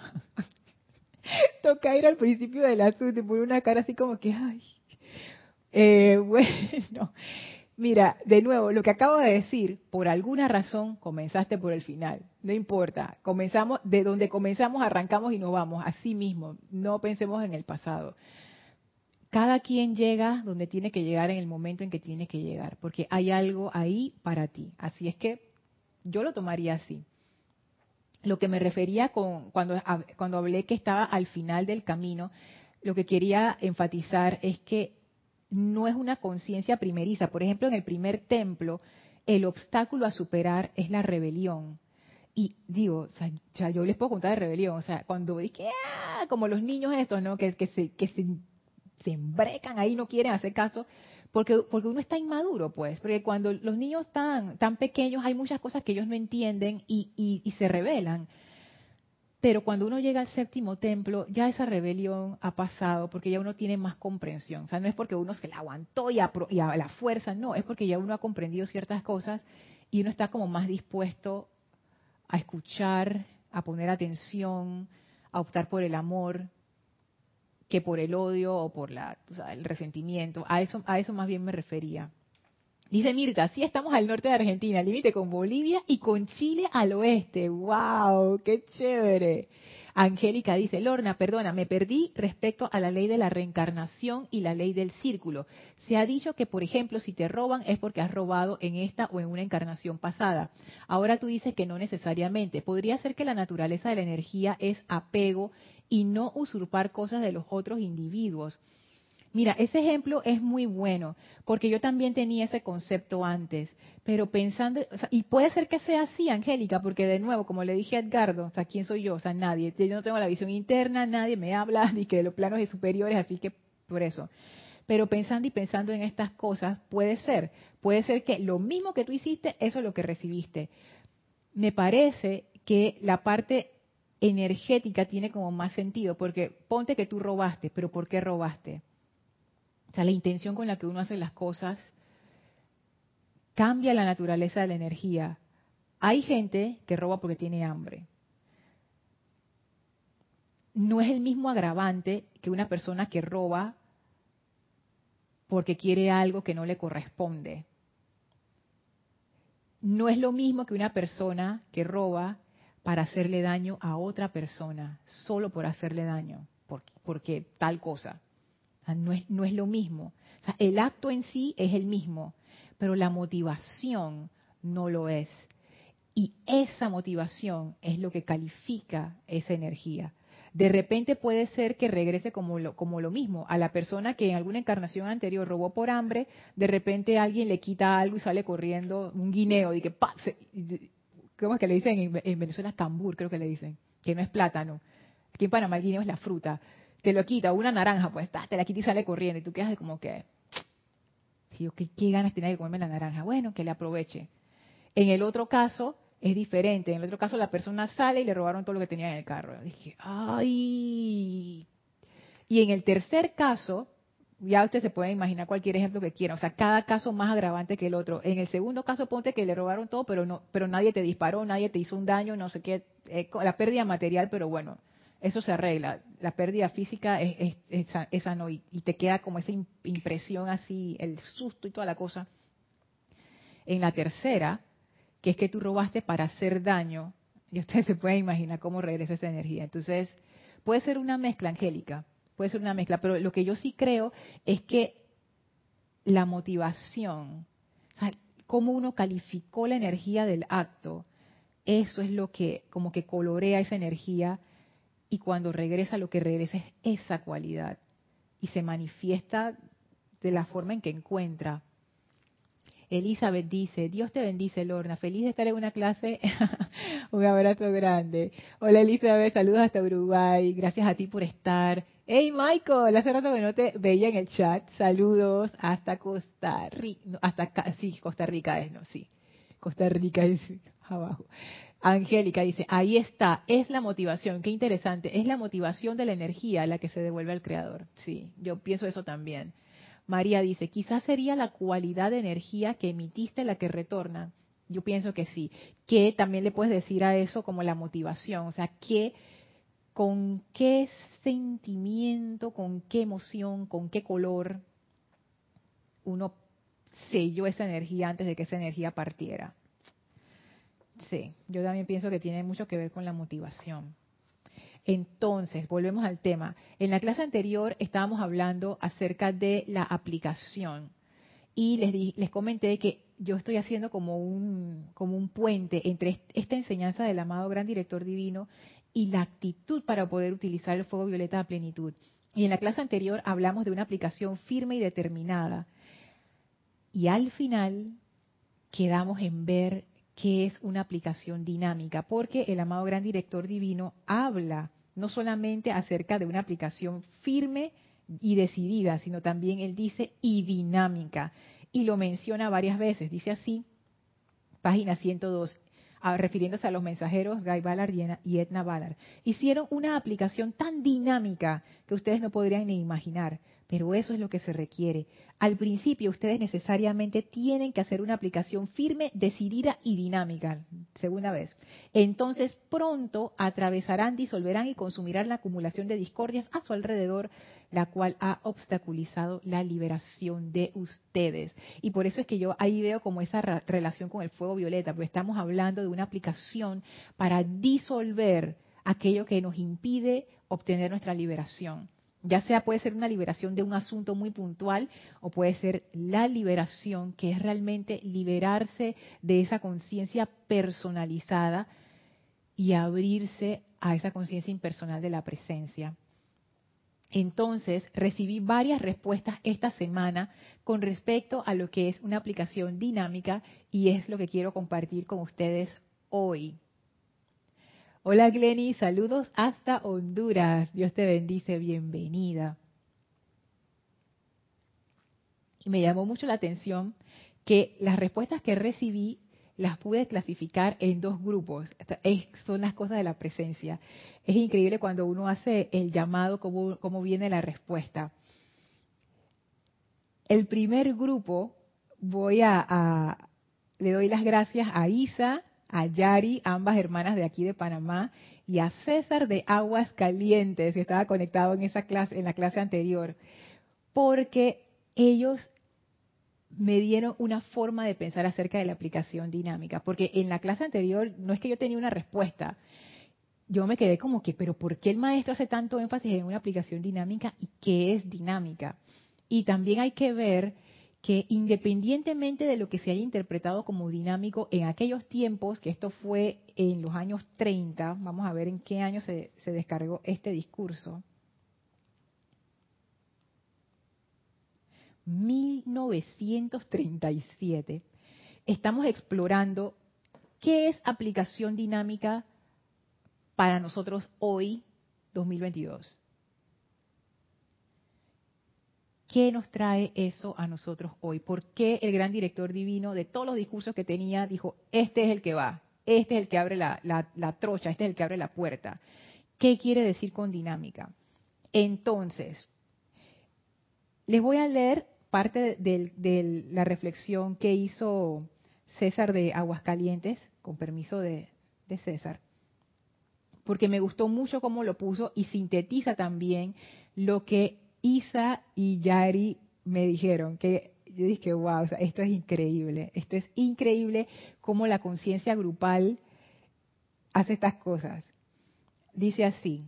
Toca ir al principio del asunto y poner una cara así como que, ay. Eh, bueno, mira, de nuevo, lo que acabo de decir, por alguna razón comenzaste por el final. No importa, comenzamos, de donde comenzamos arrancamos y nos vamos, así mismo, no pensemos en el pasado. Cada quien llega donde tiene que llegar en el momento en que tiene que llegar, porque hay algo ahí para ti. Así es que yo lo tomaría así. Lo que me refería con cuando, cuando hablé que estaba al final del camino, lo que quería enfatizar es que no es una conciencia primeriza. Por ejemplo, en el primer templo, el obstáculo a superar es la rebelión. Y digo, o sea, o sea, yo les puedo contar de rebelión, o sea, cuando dije, ¡ah! Como los niños estos, ¿no? Que, que, se, que se, se embrecan ahí, no quieren hacer caso, porque, porque uno está inmaduro, pues, porque cuando los niños están tan pequeños hay muchas cosas que ellos no entienden y, y, y se rebelan. Pero cuando uno llega al séptimo templo, ya esa rebelión ha pasado, porque ya uno tiene más comprensión. O sea, no es porque uno se la aguantó y a, y a la fuerza, no, es porque ya uno ha comprendido ciertas cosas y uno está como más dispuesto a escuchar, a poner atención, a optar por el amor, que por el odio o por la, o sea, el resentimiento. A eso, a eso más bien me refería. Dice Mirta, sí estamos al norte de Argentina, límite con Bolivia y con Chile al oeste. ¡Wow! ¡Qué chévere! Angélica dice, Lorna, perdona, me perdí respecto a la ley de la reencarnación y la ley del círculo. Se ha dicho que, por ejemplo, si te roban es porque has robado en esta o en una encarnación pasada. Ahora tú dices que no necesariamente. Podría ser que la naturaleza de la energía es apego y no usurpar cosas de los otros individuos. Mira, ese ejemplo es muy bueno, porque yo también tenía ese concepto antes, pero pensando, o sea, y puede ser que sea así, Angélica, porque de nuevo, como le dije a Edgardo, o sea, ¿quién soy yo? O sea, nadie, yo no tengo la visión interna, nadie me habla ni que de los planos de superiores, así que por eso. Pero pensando y pensando en estas cosas, puede ser, puede ser que lo mismo que tú hiciste, eso es lo que recibiste. Me parece que la parte energética tiene como más sentido, porque ponte que tú robaste, pero ¿por qué robaste? O sea, la intención con la que uno hace las cosas cambia la naturaleza de la energía. Hay gente que roba porque tiene hambre. No es el mismo agravante que una persona que roba porque quiere algo que no le corresponde. No es lo mismo que una persona que roba para hacerle daño a otra persona, solo por hacerle daño, porque, porque tal cosa. O sea, no es, no es lo mismo. O sea, el acto en sí es el mismo, pero la motivación no lo es. Y esa motivación es lo que califica esa energía. De repente puede ser que regrese como lo, como lo mismo. A la persona que en alguna encarnación anterior robó por hambre, de repente alguien le quita algo y sale corriendo, un guineo, y que ¡pa! Se, ¿cómo es que le dicen? En, en Venezuela cambur, creo que le dicen, que no es plátano. Aquí en Panamá el guineo es la fruta. Te lo quita, una naranja, pues ta, te la quita y sale corriendo. Y tú quedas como que, tío, ¿qué, qué ganas tiene de comerme la naranja? Bueno, que le aproveche. En el otro caso es diferente. En el otro caso la persona sale y le robaron todo lo que tenía en el carro. Dije, ¡ay! Y en el tercer caso, ya usted se puede imaginar cualquier ejemplo que quiera. O sea, cada caso más agravante que el otro. En el segundo caso ponte que le robaron todo, pero no, pero nadie te disparó, nadie te hizo un daño, no sé qué. Eh, la pérdida material, pero bueno, eso se arregla. La pérdida física es, es, es esa, esa no, y, y te queda como esa impresión así, el susto y toda la cosa. En la tercera, que es que tú robaste para hacer daño, y ustedes se pueden imaginar cómo regresa esa energía. Entonces, puede ser una mezcla, Angélica, puede ser una mezcla, pero lo que yo sí creo es que la motivación, o sea, cómo uno calificó la energía del acto, eso es lo que como que colorea esa energía, y cuando regresa lo que regresa es esa cualidad y se manifiesta de la forma en que encuentra. Elizabeth dice, Dios te bendice, Lorna, feliz de estar en una clase. Un abrazo grande. Hola Elizabeth, saludos hasta Uruguay, gracias a ti por estar. Hey Michael, hace rato que no te veía en el chat, saludos hasta Costa Rica, no, hasta sí, Costa Rica es, no, sí, Costa Rica es abajo. Angélica dice, ahí está, es la motivación, qué interesante, es la motivación de la energía la que se devuelve al creador. Sí, yo pienso eso también. María dice, quizás sería la cualidad de energía que emitiste la que retorna. Yo pienso que sí, que también le puedes decir a eso como la motivación, o sea, que con qué sentimiento, con qué emoción, con qué color uno selló esa energía antes de que esa energía partiera. Sí, yo también pienso que tiene mucho que ver con la motivación. Entonces, volvemos al tema. En la clase anterior estábamos hablando acerca de la aplicación y les, di, les comenté que yo estoy haciendo como un, como un puente entre esta enseñanza del amado Gran Director Divino y la actitud para poder utilizar el fuego violeta a plenitud. Y en la clase anterior hablamos de una aplicación firme y determinada. Y al final quedamos en ver qué es una aplicación dinámica, porque el amado Gran Director Divino habla no solamente acerca de una aplicación firme y decidida, sino también él dice y dinámica. Y lo menciona varias veces. Dice así, página ciento dos, a, refiriéndose a los mensajeros Guy Ballard y Edna Ballard. Hicieron una aplicación tan dinámica que ustedes no podrían ni imaginar, pero eso es lo que se requiere. Al principio ustedes necesariamente tienen que hacer una aplicación firme, decidida y dinámica. Segunda vez. Entonces pronto atravesarán, disolverán y consumirán la acumulación de discordias a su alrededor, la cual ha obstaculizado la liberación de ustedes. Y por eso es que yo ahí veo como esa ra- relación con el fuego violeta, porque estamos hablando de una aplicación para disolver aquello que nos impide obtener nuestra liberación. Ya sea puede ser una liberación de un asunto muy puntual o puede ser la liberación que es realmente liberarse de esa conciencia personalizada y abrirse a esa conciencia impersonal de la presencia. Entonces, recibí varias respuestas esta semana con respecto a lo que es una aplicación dinámica y es lo que quiero compartir con ustedes hoy. Hola Glenny, saludos hasta Honduras. Dios te bendice, bienvenida. Y me llamó mucho la atención que las respuestas que recibí las pude clasificar en dos grupos. Es, son las cosas de la presencia. Es increíble cuando uno hace el llamado, cómo, cómo viene la respuesta. El primer grupo, voy a, a le doy las gracias a Isa, a Yari, ambas hermanas de aquí de Panamá, y a César de Aguas Calientes, que estaba conectado en esa clase, en la clase anterior, porque ellos me dieron una forma de pensar acerca de la aplicación dinámica, porque en la clase anterior no es que yo tenía una respuesta, yo me quedé como que, pero ¿por qué el maestro hace tanto énfasis en una aplicación dinámica y qué es dinámica? Y también hay que ver que independientemente de lo que se haya interpretado como dinámico en aquellos tiempos, que esto fue en los años treinta, vamos a ver en qué año se, se descargó este discurso, mil novecientos treinta y siete, estamos explorando qué es aplicación dinámica para nosotros hoy, dos mil veintidós. ¿Qué nos trae eso a nosotros hoy? ¿Por qué el gran director divino, de todos los discursos que tenía, dijo, este es el que va, este es el que abre la, la, la trocha, este es el que abre la puerta? ¿Qué quiere decir con dinámica? Entonces, les voy a leer parte de, de la reflexión que hizo César de Aguascalientes, con permiso de, de César, porque me gustó mucho cómo lo puso y sintetiza también lo que Isa y Yari me dijeron, que yo dije, wow, o sea, esto es increíble, esto es increíble cómo la conciencia grupal hace estas cosas. Dice así,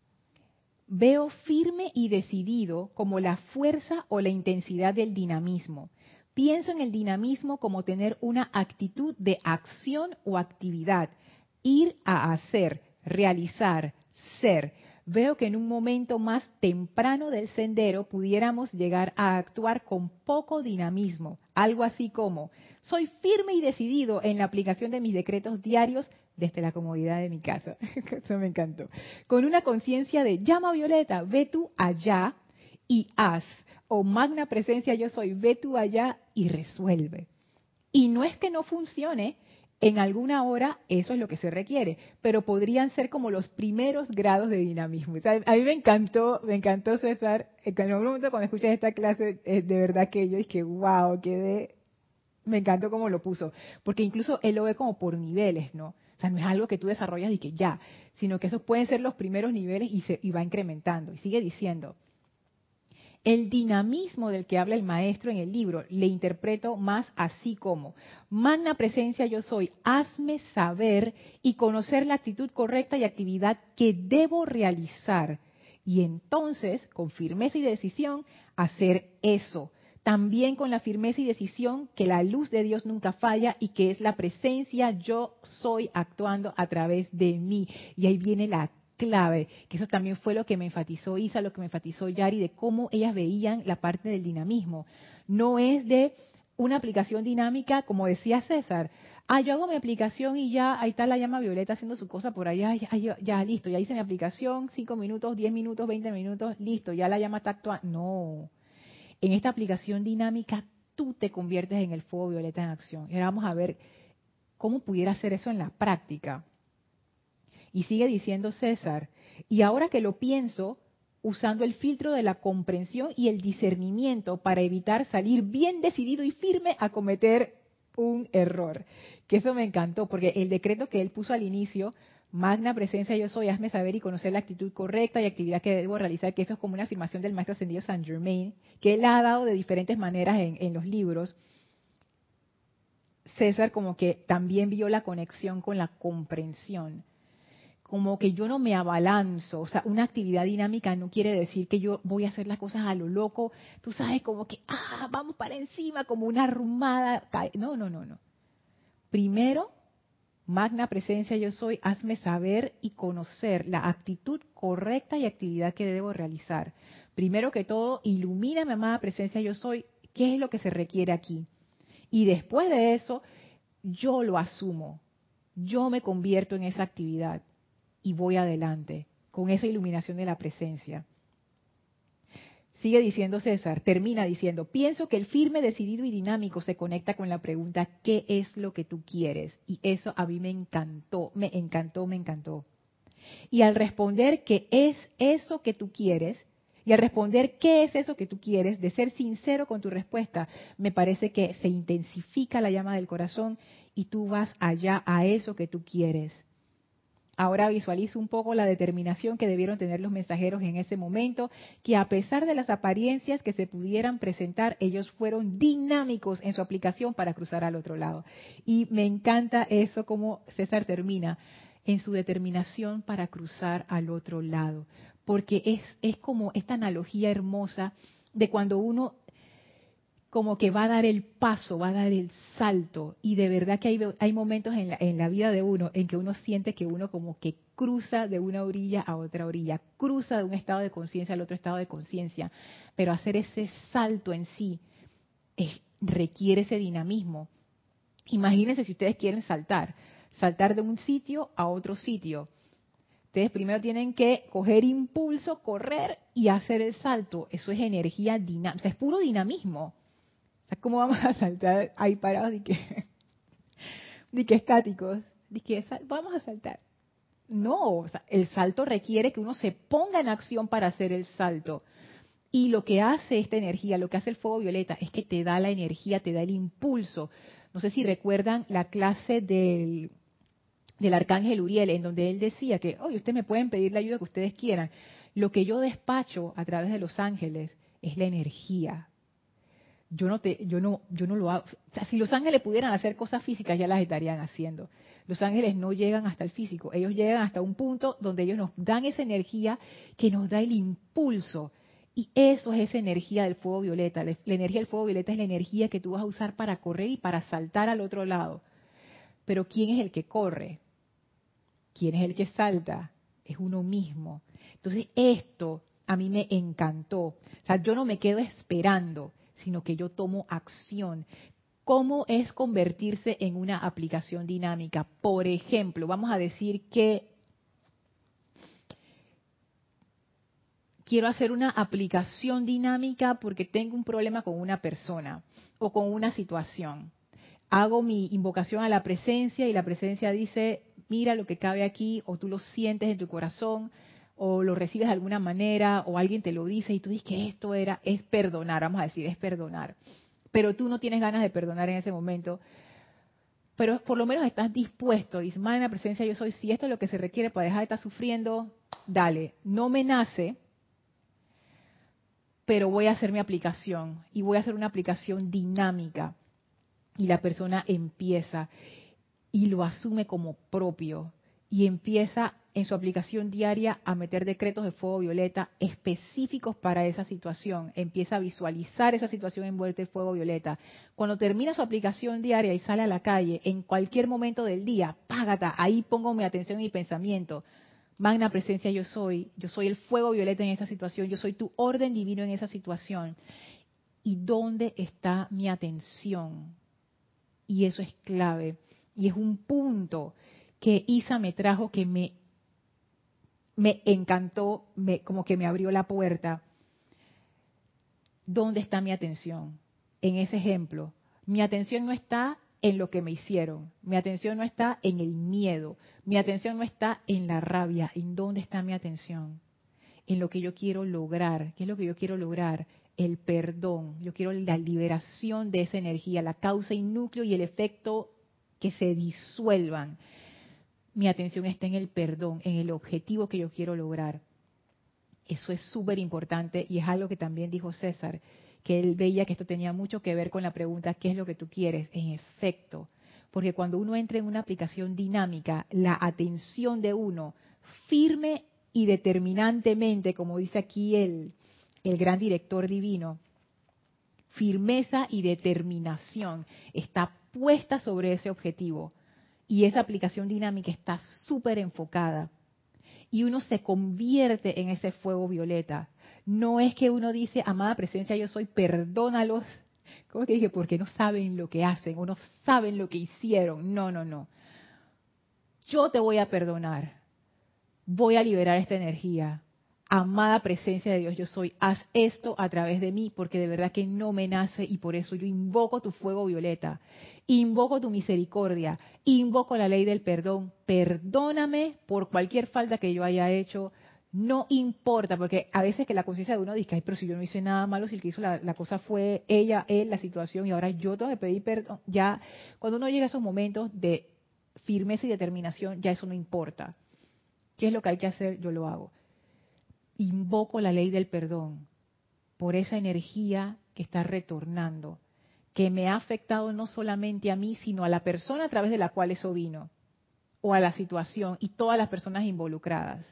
veo firme y decidido como la fuerza o la intensidad del dinamismo. Pienso en el dinamismo como tener una actitud de acción o actividad, ir a hacer, realizar, ser. Veo que en un momento más temprano del sendero pudiéramos llegar a actuar con poco dinamismo, algo así como, soy firme y decidido en la aplicación de mis decretos diarios desde la comodidad de mi casa. Eso me encantó. Con una conciencia de llama violeta, ve tú allá y haz. O magna presencia yo soy, ve tú allá y resuelve. Y no es que no funcione, en alguna hora eso es lo que se requiere, pero podrían ser como los primeros grados de dinamismo. O sea, a mí me encantó, me encantó César, en algún momento cuando escuché esta clase, de verdad que yo dije, wow, quedé, me encantó cómo lo puso, porque incluso él lo ve como por niveles, ¿no? O sea, no es algo que tú desarrollas y que ya, sino que esos pueden ser los primeros niveles y, se, y va incrementando. Y sigue diciendo, el dinamismo del que habla el maestro en el libro le interpreto más así como, magna presencia yo soy, hazme saber y conocer la actitud correcta y actividad que debo realizar. Y entonces, con firmeza y decisión, hacer eso. También con la firmeza y decisión que la luz de Dios nunca falla y que es la presencia yo soy actuando a través de mí. Y ahí viene la clave, que eso también fue lo que me enfatizó Isa, lo que me enfatizó Yari, de cómo ellas veían la parte del dinamismo. No es de una aplicación dinámica, como decía César. Ah, yo hago mi aplicación y ya, ahí está la llama violeta haciendo su cosa por allá, ya, ya, ya, listo, ya hice mi aplicación, cinco minutos, diez minutos, veinte minutos, listo, ya la llama está actuando. No, en esta aplicación dinámica tú te conviertes en el fuego violeta en acción. Y ahora vamos a ver cómo pudiera hacer eso en la práctica. Y sigue diciendo César, y ahora que lo pienso, usando el filtro de la comprensión y el discernimiento para evitar salir bien decidido y firme a cometer un error. Que eso me encantó, porque el decreto que él puso al inicio, magna presencia yo soy, hazme saber y conocer la actitud correcta y actividad que debo realizar, que eso es como una afirmación del maestro ascendido Saint Germain, que él ha dado de diferentes maneras en, en los libros. César como que también vio la conexión con la comprensión. Como que yo no me abalanzo, o sea, una actividad dinámica no quiere decir que yo voy a hacer las cosas a lo loco, tú sabes, como que, ah, vamos para encima, como una arrumada. No, no, no, no. Primero, magna presencia yo soy, hazme saber y conocer la actitud correcta y actividad que debo realizar. Primero que todo, ilumíname, amada presencia yo soy, qué es lo que se requiere aquí. Y después de eso, yo lo asumo, yo me convierto en esa actividad. Y voy adelante con esa iluminación de la presencia. Sigue diciendo César, termina diciendo, pienso que el firme, decidido y dinámico se conecta con la pregunta, ¿qué es lo que tú quieres? Y eso a mí me encantó, me encantó, me encantó. Y al responder qué es eso que tú quieres, y al responder qué es eso que tú quieres, de ser sincero con tu respuesta, me parece que se intensifica la llama del corazón y tú vas allá a eso que tú quieres. Ahora visualizo un poco la determinación que debieron tener los mensajeros en ese momento, que a pesar de las apariencias que se pudieran presentar, ellos fueron dinámicos en su aplicación para cruzar al otro lado. Y me encanta eso como César termina, en su determinación para cruzar al otro lado. Porque es, es como esta analogía hermosa de cuando uno como que va a dar el paso, va a dar el salto. Y de verdad que hay, hay momentos en la, en la vida de uno en que uno siente que uno como que cruza de una orilla a otra orilla, cruza de un estado de conciencia al otro estado de conciencia. Pero hacer ese salto en sí es, requiere ese dinamismo. Imagínense si ustedes quieren saltar, saltar de un sitio a otro sitio. Ustedes primero tienen que coger impulso, correr y hacer el salto. Eso es energía dinámica, o sea, es puro dinamismo. O sea, ¿cómo vamos a saltar ahí parados y que, de que estáticos? De que vamos a saltar. No, o sea, el salto requiere que uno se ponga en acción para hacer el salto. Y lo que hace esta energía, lo que hace el fuego violeta, es que te da la energía, te da el impulso. No sé si recuerdan la clase del, del arcángel Uriel, en donde él decía que, oye, ustedes me pueden pedir la ayuda que ustedes quieran. Lo que yo despacho a través de los ángeles es la energía. Yo no te, yo no, yo no lo hago. O sea, si los ángeles pudieran hacer cosas físicas, ya las estarían haciendo. Los ángeles no llegan hasta el físico, ellos llegan hasta un punto donde ellos nos dan esa energía que nos da el impulso. Y eso es esa energía del fuego violeta. La energía del fuego violeta es la energía que tú vas a usar para correr y para saltar al otro lado. Pero ¿quién es el que corre? ¿Quién es el que salta? Es uno mismo. Entonces esto a mí me encantó. O sea, yo no me quedo esperando, sino que yo tomo acción. ¿Cómo es convertirse en una aplicación dinámica? Por ejemplo, vamos a decir que quiero hacer una aplicación dinámica porque tengo un problema con una persona o con una situación. Hago mi invocación a la presencia y la presencia dice, mira lo que cabe aquí, o tú lo sientes en tu corazón, o lo recibes de alguna manera, o alguien te lo dice y tú dices que esto era, es perdonar, vamos a decir, es perdonar. Pero tú no tienes ganas de perdonar en ese momento, pero por lo menos estás dispuesto, dices, en la presencia yo soy, si esto es lo que se requiere para dejar de estar sufriendo, dale, no me nace, pero voy a hacer mi aplicación, y voy a hacer una aplicación dinámica. Y la persona empieza y lo asume como propio y empieza en su aplicación diaria a meter decretos de fuego violeta específicos para esa situación. Empieza a visualizar esa situación envuelta en fuego violeta. Cuando termina su aplicación diaria y sale a la calle, en cualquier momento del día, págata, ahí pongo mi atención y mi pensamiento. Magna presencia yo soy, yo soy el fuego violeta en esa situación, yo soy tu orden divino en esa situación. ¿Y dónde está mi atención? Y eso es clave. Y es un punto que Isa me trajo que me, me encantó, me, como que me abrió la puerta. ¿Dónde está mi atención? En ese ejemplo, mi atención no está en lo que me hicieron, mi atención no está en el miedo, mi atención no está en la rabia. ¿En dónde está mi atención? En lo que yo quiero lograr. ¿Qué es lo que yo quiero lograr? El perdón. Yo quiero la liberación de esa energía, la causa y núcleo y el efecto que se disuelvan. Mi atención está en el perdón, en el objetivo que yo quiero lograr. Eso es súper importante y es algo que también dijo César, que él veía que esto tenía mucho que ver con la pregunta, ¿qué es lo que tú quieres? En efecto, porque cuando uno entra en una aplicación dinámica, la atención de uno firme y determinantemente, como dice aquí el, el gran director divino, firmeza y determinación está puesta sobre ese objetivo y esa aplicación dinámica está súper enfocada. Y uno se convierte en ese fuego violeta. No es que uno dice, amada presencia, yo soy, perdónalos. ¿Cómo te dije? Porque no saben lo que hacen o no saben lo que hicieron. No, no, no. Yo te voy a perdonar. Voy a liberar esta energía. Amada presencia de Dios, yo soy, haz esto a través de mí, porque de verdad que no me nace y por eso yo invoco tu fuego violeta, invoco tu misericordia, invoco la ley del perdón, perdóname por cualquier falta que yo haya hecho, no importa, porque a veces que la conciencia de uno dice, ay, pero si yo no hice nada malo, si el que hizo la, la cosa fue ella, él, la situación, y ahora yo tengo que pedir perdón, ya cuando uno llega a esos momentos de firmeza y determinación, ya eso no importa. ¿Qué es lo que hay que hacer? Yo lo hago. Invoco la ley del perdón por esa energía que está retornando, que me ha afectado no solamente a mí, sino a la persona a través de la cual eso vino, o a la situación y todas las personas involucradas.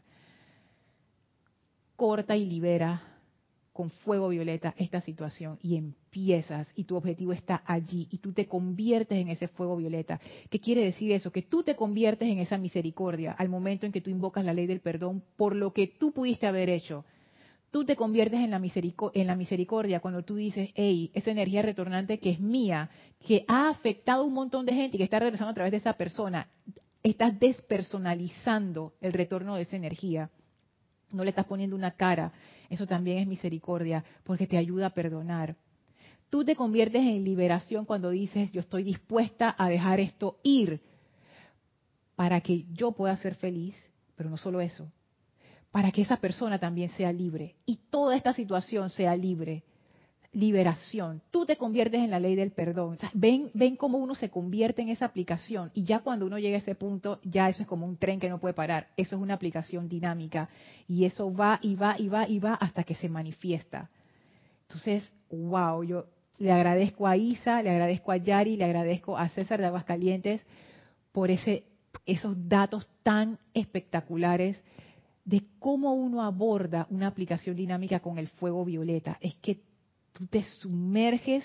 Corta y libera con fuego violeta esta situación y empiezas y tu objetivo está allí y tú te conviertes en ese fuego violeta. ¿Qué quiere decir eso? Que tú te conviertes en esa misericordia al momento en que tú invocas la ley del perdón por lo que tú pudiste haber hecho. Tú te conviertes en la, miseric- en la misericordia cuando tú dices, hey, esa energía retornante que es mía, que ha afectado a un montón de gente y que está regresando a través de esa persona, estás despersonalizando el retorno de esa energía. No le estás poniendo una cara. Eso también es misericordia, porque te ayuda a perdonar. Tú te conviertes en liberación cuando dices, yo estoy dispuesta a dejar esto ir para que yo pueda ser feliz, pero no solo eso, para que esa persona también sea libre y toda esta situación sea libre. Liberación. Tú te conviertes en la ley del perdón. O sea, ven, ven cómo uno se convierte en esa aplicación y ya cuando uno llega a ese punto, ya eso es como un tren que no puede parar. Eso es una aplicación dinámica y eso va y va y va y va hasta que se manifiesta. Entonces, wow, yo le agradezco a Isa, le agradezco a Yari, le agradezco a César de Aguascalientes por ese, esos datos tan espectaculares de cómo uno aborda una aplicación dinámica con el fuego violeta. Es que tú te sumerges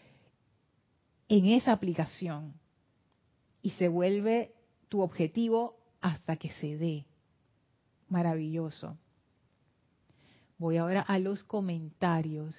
en esa aplicación y se vuelve tu objetivo hasta que se dé. Maravilloso. Voy ahora a los comentarios.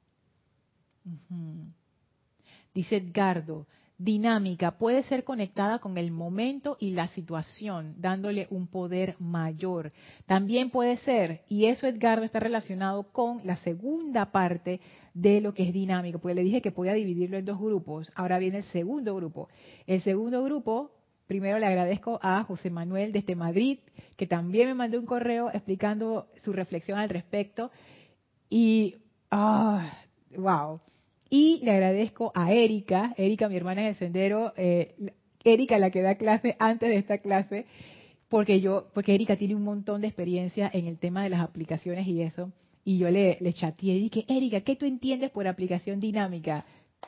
Uh-huh. Dice Edgardo, dinámica puede ser conectada con el momento y la situación, dándole un poder mayor. También puede ser, y eso Edgardo está relacionado con la segunda parte de lo que es dinámico, porque le dije que podía dividirlo en dos grupos. Ahora viene el segundo grupo. El segundo grupo, primero le agradezco a José Manuel desde Madrid, que también me mandó un correo explicando su reflexión al respecto. Y, ah, wow. Y le agradezco a Erika, Erika, mi hermana en el sendero, eh, Erika la que da clase antes de esta clase, porque yo, porque Erika tiene un montón de experiencia en el tema de las aplicaciones y eso, y yo le, le chateé y dije, Erika, ¿qué tú entiendes por aplicación dinámica?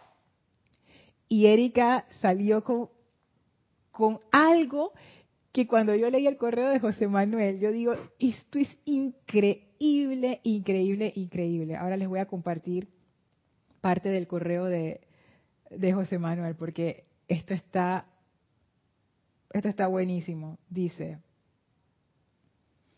Y Erika salió con, con algo que cuando yo leí el correo de José Manuel, yo digo, esto es increíble, increíble, increíble. Ahora les voy a compartir parte del correo de, de José Manuel, porque esto está, esto está buenísimo. Dice,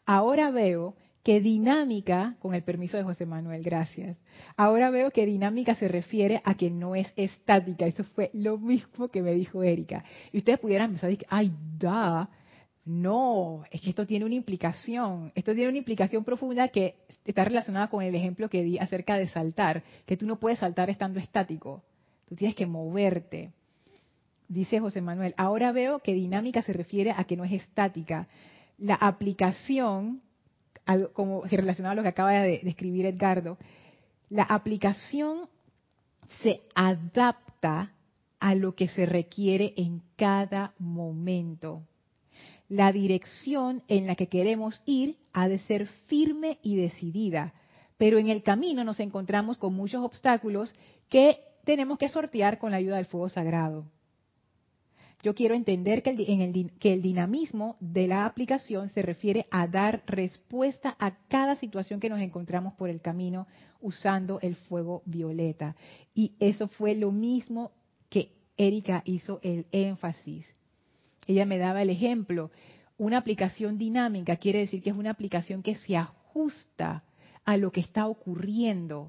Ahora veo que dinámica, con el permiso de José Manuel, gracias. Ahora veo que dinámica se refiere a que no es estática. Eso fue lo mismo que me dijo Erika. Y ustedes pudieran pensar, ay, da, no, es que esto tiene una implicación. Esto tiene una implicación profunda que está relacionada con el ejemplo que di acerca de saltar, que tú no puedes saltar estando estático. Tú tienes que moverte. Dice José Manuel, ahora veo que dinámica se refiere a que no es estática. La aplicación, como relacionado a lo que acaba de describir Edgardo, la aplicación se adapta a lo que se requiere en cada momento. La dirección en la que queremos ir ha de ser firme y decidida, pero en el camino nos encontramos con muchos obstáculos que tenemos que sortear con la ayuda del fuego sagrado. Yo quiero entender que el, en el, que el dinamismo de la aplicación se refiere a dar respuesta a cada situación que nos encontramos por el camino usando el fuego violeta. Y eso fue lo mismo que Erika hizo el énfasis. Ella me daba el ejemplo. Una aplicación dinámica quiere decir que es una aplicación que se ajusta a lo que está ocurriendo.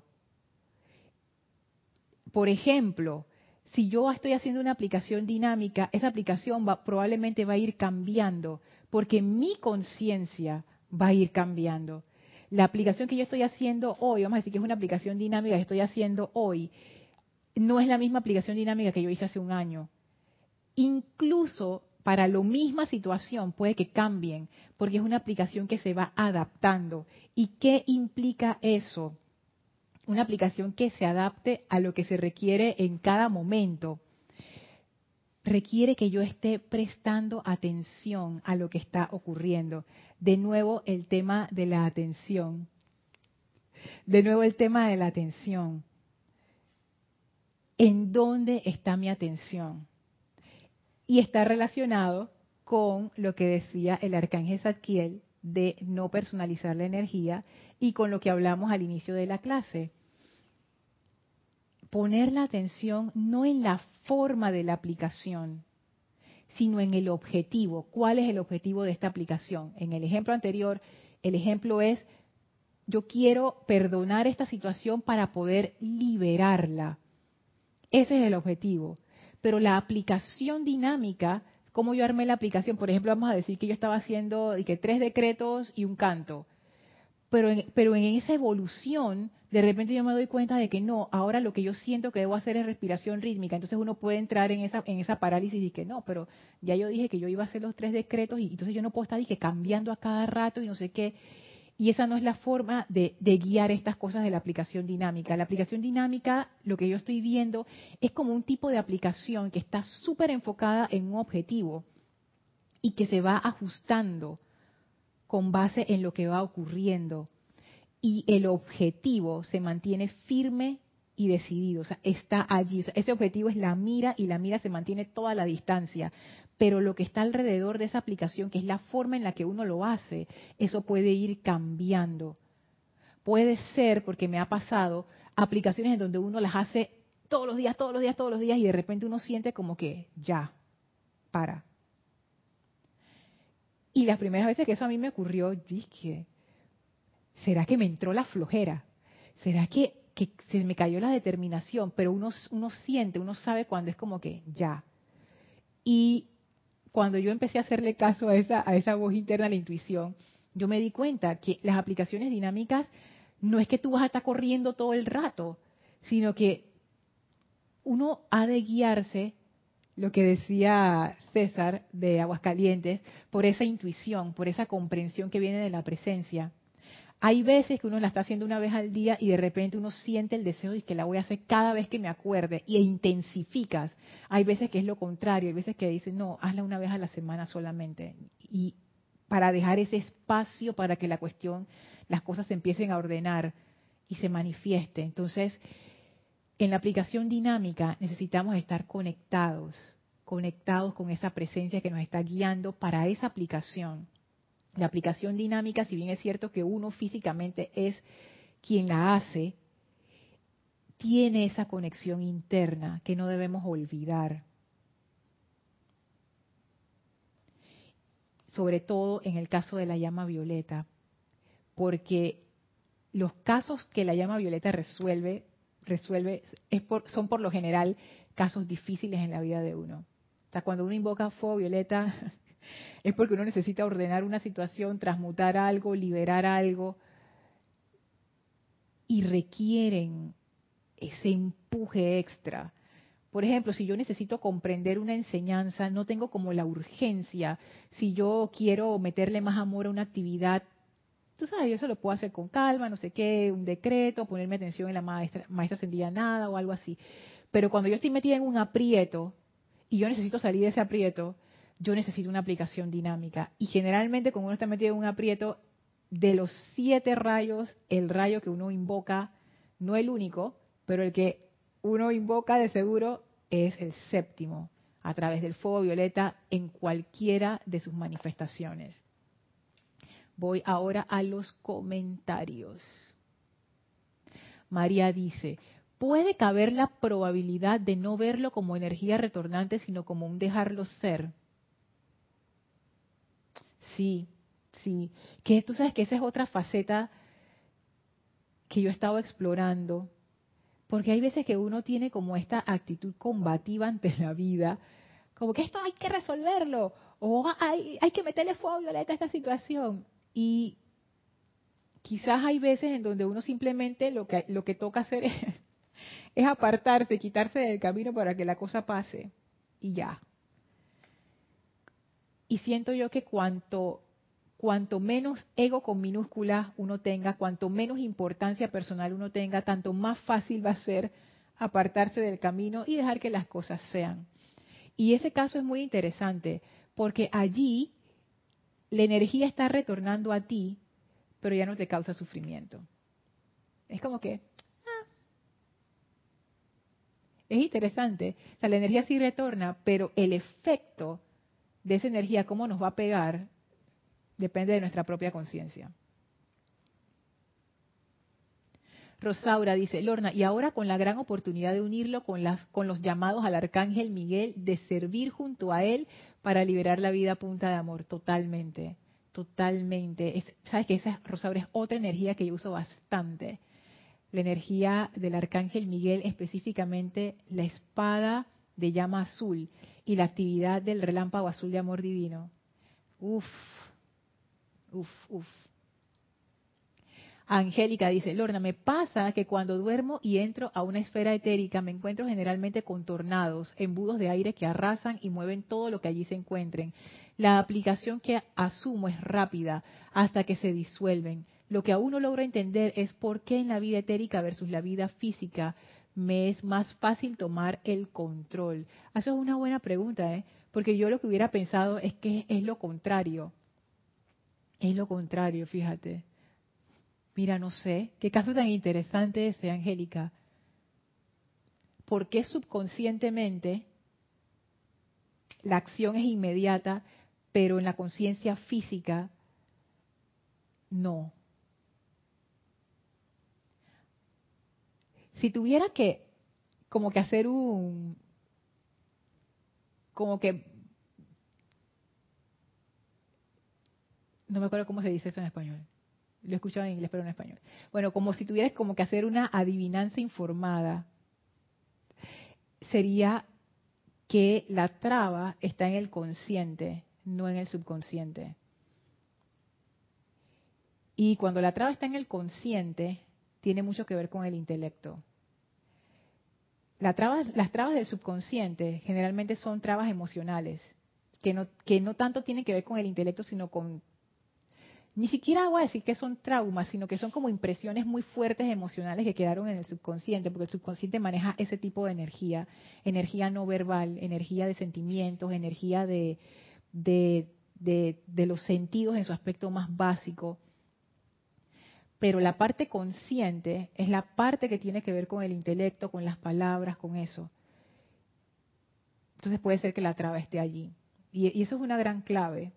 Por ejemplo, si yo estoy haciendo una aplicación dinámica, esa aplicación va, probablemente va a ir cambiando, porque mi conciencia va a ir cambiando. La aplicación que yo estoy haciendo hoy, vamos a decir que es una aplicación dinámica que estoy haciendo hoy, no es la misma aplicación dinámica que yo hice hace un año. Incluso para la misma situación puede que cambien, porque es una aplicación que se va adaptando. ¿Y qué implica eso? Una aplicación que se adapte a lo que se requiere en cada momento. Requiere que yo esté prestando atención a lo que está ocurriendo. De nuevo el tema de la atención. De nuevo el tema de la atención. ¿En dónde está mi atención? Y está relacionado con lo que decía el arcángel Zadkiel de no personalizar la energía y con lo que hablamos al inicio de la clase. Poner la atención no en la forma de la aplicación, sino en el objetivo. ¿Cuál es el objetivo de esta aplicación? En el ejemplo anterior, el ejemplo es, yo quiero perdonar esta situación para poder liberarla. Ese es el objetivo. Pero la aplicación dinámica, ¿cómo yo armé la aplicación? Por ejemplo, vamos a decir que yo estaba haciendo y que tres decretos y un canto. Pero en, pero en esa evolución, de repente yo me doy cuenta de que no, ahora lo que yo siento que debo hacer es respiración rítmica. Entonces uno puede entrar en esa en esa parálisis y que no, pero ya yo dije que yo iba a hacer los tres decretos y entonces yo no puedo estar dije, cambiando a cada rato y no sé qué. Y esa no es la forma de, de guiar estas cosas de la aplicación dinámica. La aplicación dinámica, lo que yo estoy viendo, es como un tipo de aplicación que está súper enfocada en un objetivo y que se va ajustando con base en lo que va ocurriendo. Y el objetivo se mantiene firme y decidido, o sea, está allí. O sea, ese objetivo es la mira y la mira se mantiene toda la distancia. Pero lo que está alrededor de esa aplicación, que es la forma en la que uno lo hace, eso puede ir cambiando. Puede ser, porque me ha pasado, aplicaciones en donde uno las hace todos los días, todos los días, todos los días, y de repente uno siente como que ya, para. Y las primeras veces que eso a mí me ocurrió, yo dije, ¿será que me entró la flojera? ¿Será que, que se me cayó la determinación? Pero uno, uno siente, uno sabe cuando es como que ya. Y cuando yo empecé a hacerle caso a esa, a esa voz interna, a la intuición, yo me di cuenta que las aplicaciones dinámicas no es que tú vas a estar corriendo todo el rato, sino que uno ha de guiarse, lo que decía César de Aguascalientes, por esa intuición, por esa comprensión que viene de la presencia. Hay veces que uno la está haciendo una vez al día y de repente uno siente el deseo de que la voy a hacer cada vez que me acuerde y intensificas. Hay veces que es lo contrario, hay veces que dicen, no, hazla una vez a la semana solamente. Y para dejar ese espacio para que la cuestión, las cosas se empiecen a ordenar y se manifieste. Entonces, en la aplicación dinámica necesitamos estar conectados, conectados con esa presencia que nos está guiando para esa aplicación. La aplicación dinámica, si bien es cierto que uno físicamente es quien la hace, tiene esa conexión interna que no debemos olvidar. sobre todo en el caso de la llama violeta, porque los casos que la llama violeta resuelve, resuelve es por, son por lo general casos difíciles en la vida de uno. O sea, cuando uno invoca fuego violeta es porque uno necesita ordenar una situación, transmutar algo, liberar algo, y requieren ese empuje extra. Por ejemplo, si yo necesito comprender una enseñanza, no tengo como la urgencia. Si yo quiero meterle más amor a una actividad, tú sabes, yo eso lo puedo hacer con calma, no sé qué, un decreto, ponerme atención en la maestra, maestra ascendida nada o algo así. Pero cuando yo estoy metida en un aprieto y yo necesito salir de ese aprieto, yo necesito una aplicación dinámica. Y generalmente cuando uno está metido en un aprieto, de los siete rayos, el rayo que uno invoca, no el único, pero el que uno invoca de seguro es el séptimo, a través del fuego violeta en cualquiera de sus manifestaciones. Voy ahora a los comentarios. María dice, ¿puede caber la probabilidad de no verlo como energía retornante, sino como un dejarlo ser? Sí, sí. Que tú sabes que esa es otra faceta que yo he estado explorando, porque hay veces que uno tiene como esta actitud combativa ante la vida, como que esto hay que resolverlo, o hay, hay que meterle fuego violeta a esta situación. Y quizás hay veces en donde uno simplemente lo que, lo que toca hacer es, es apartarse, quitarse del camino para que la cosa pase, y ya. Y siento yo que cuanto, cuanto menos ego con minúsculas uno tenga, cuanto menos importancia personal uno tenga, tanto más fácil va a ser apartarse del camino y dejar que las cosas sean. Y ese caso es muy interesante, porque allí la energía está retornando a ti, pero ya no te causa sufrimiento. Es como que, ah, es interesante. O sea, la energía sí retorna, pero el efecto de esa energía, cómo nos va a pegar, depende de nuestra propia conciencia. Rosaura dice, Lorna, y ahora con la gran oportunidad de unirlo con, las, con los llamados al Arcángel Miguel, de servir junto a él para liberar la vida a punta de amor. Totalmente, totalmente. Es, Sabes que esa, Rosaura, es otra energía que yo uso bastante. La energía del Arcángel Miguel, específicamente la espada de llama azul y la actividad del relámpago azul de amor divino. Uf, uf, uf. Angélica dice, Lorna, me pasa que cuando duermo y entro a una esfera etérica me encuentro generalmente con tornados, embudos de aire que arrasan y mueven todo lo que allí se encuentren. La aplicación que asumo es rápida hasta que se disuelven. Lo que aún no logro entender es por qué en la vida etérica versus la vida física me es más fácil tomar el control. Eso es una buena pregunta, ¿eh? Porque yo lo que hubiera pensado es que es lo contrario. Es lo contrario, fíjate. Mira, no sé, qué caso tan interesante ese, Angélica. ¿Por qué subconscientemente la acción es inmediata, pero en la conciencia física no? Si tuviera que, como que hacer un, como que, no me acuerdo cómo se dice eso en español. Lo he escuchado en inglés, pero en español. Bueno, como si tuvieras como que hacer una adivinanza informada, sería que la traba está en el consciente, no en el subconsciente. Y cuando la traba está en el consciente, tiene mucho que ver con el intelecto. La traba, las trabas del subconsciente generalmente son trabas emocionales, que no, que no tanto tienen que ver con el intelecto, sino con, ni siquiera voy a decir que son traumas, sino que son como impresiones muy fuertes emocionales que quedaron en el subconsciente, porque el subconsciente maneja ese tipo de energía, energía no verbal, energía de sentimientos, energía de, de, de, de los sentidos en su aspecto más básico. Pero la parte consciente es la parte que tiene que ver con el intelecto, con las palabras, con eso. Entonces puede ser que la traba esté allí. Y, y eso es una gran clave.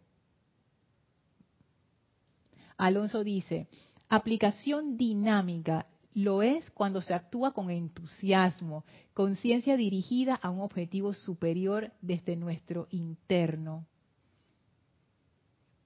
Alonso dice, aplicación dinámica lo es cuando se actúa con entusiasmo, conciencia dirigida a un objetivo superior desde nuestro interno.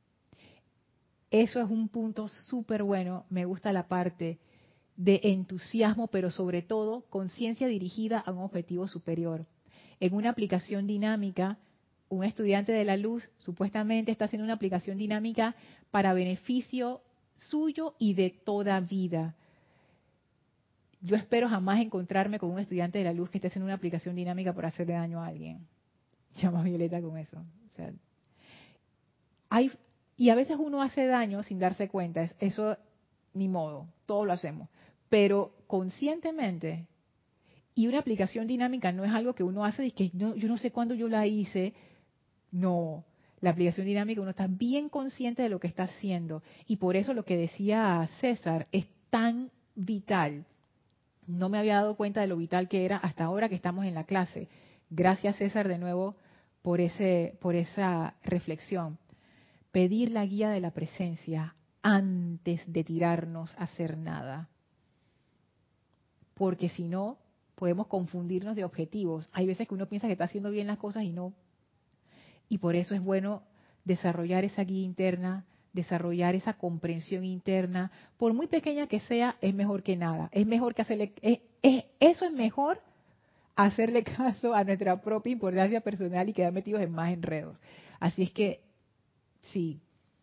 eso es un punto súper bueno. Me gusta la parte de entusiasmo, pero sobre todo conciencia dirigida a un objetivo superior. En una aplicación dinámica, un estudiante de la luz supuestamente está haciendo una aplicación dinámica para beneficio suyo y de toda vida. Yo espero jamás encontrarme con un estudiante de la luz que esté haciendo una aplicación dinámica para hacerle daño a alguien. Llama Violeta con eso. O sea, hay, y a veces uno hace daño sin darse cuenta. Eso ni modo, todos lo hacemos. Pero conscientemente, y una aplicación dinámica no es algo que uno hace y que no, yo no sé cuándo yo la hice. No, la aplicación dinámica uno está bien consciente de lo que está haciendo. Y por eso lo que decía César es tan vital. No me había dado cuenta de lo vital que era hasta ahora que estamos en la clase. Gracias, César, de nuevo por ese, por esa reflexión. Pedir la guía de la presencia antes de tirarnos a hacer nada. Porque si no, podemos confundirnos de objetivos. Hay veces que uno piensa que está haciendo bien las cosas y no. Y por eso es bueno desarrollar esa guía interna, desarrollar esa comprensión interna. Por muy pequeña que sea, es mejor que nada. Es mejor que hacerle... Es, es, eso es mejor hacerle caso a nuestra propia importancia personal y quedar metidos en más enredos. Así es que, sí.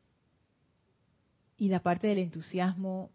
Y la parte del entusiasmo,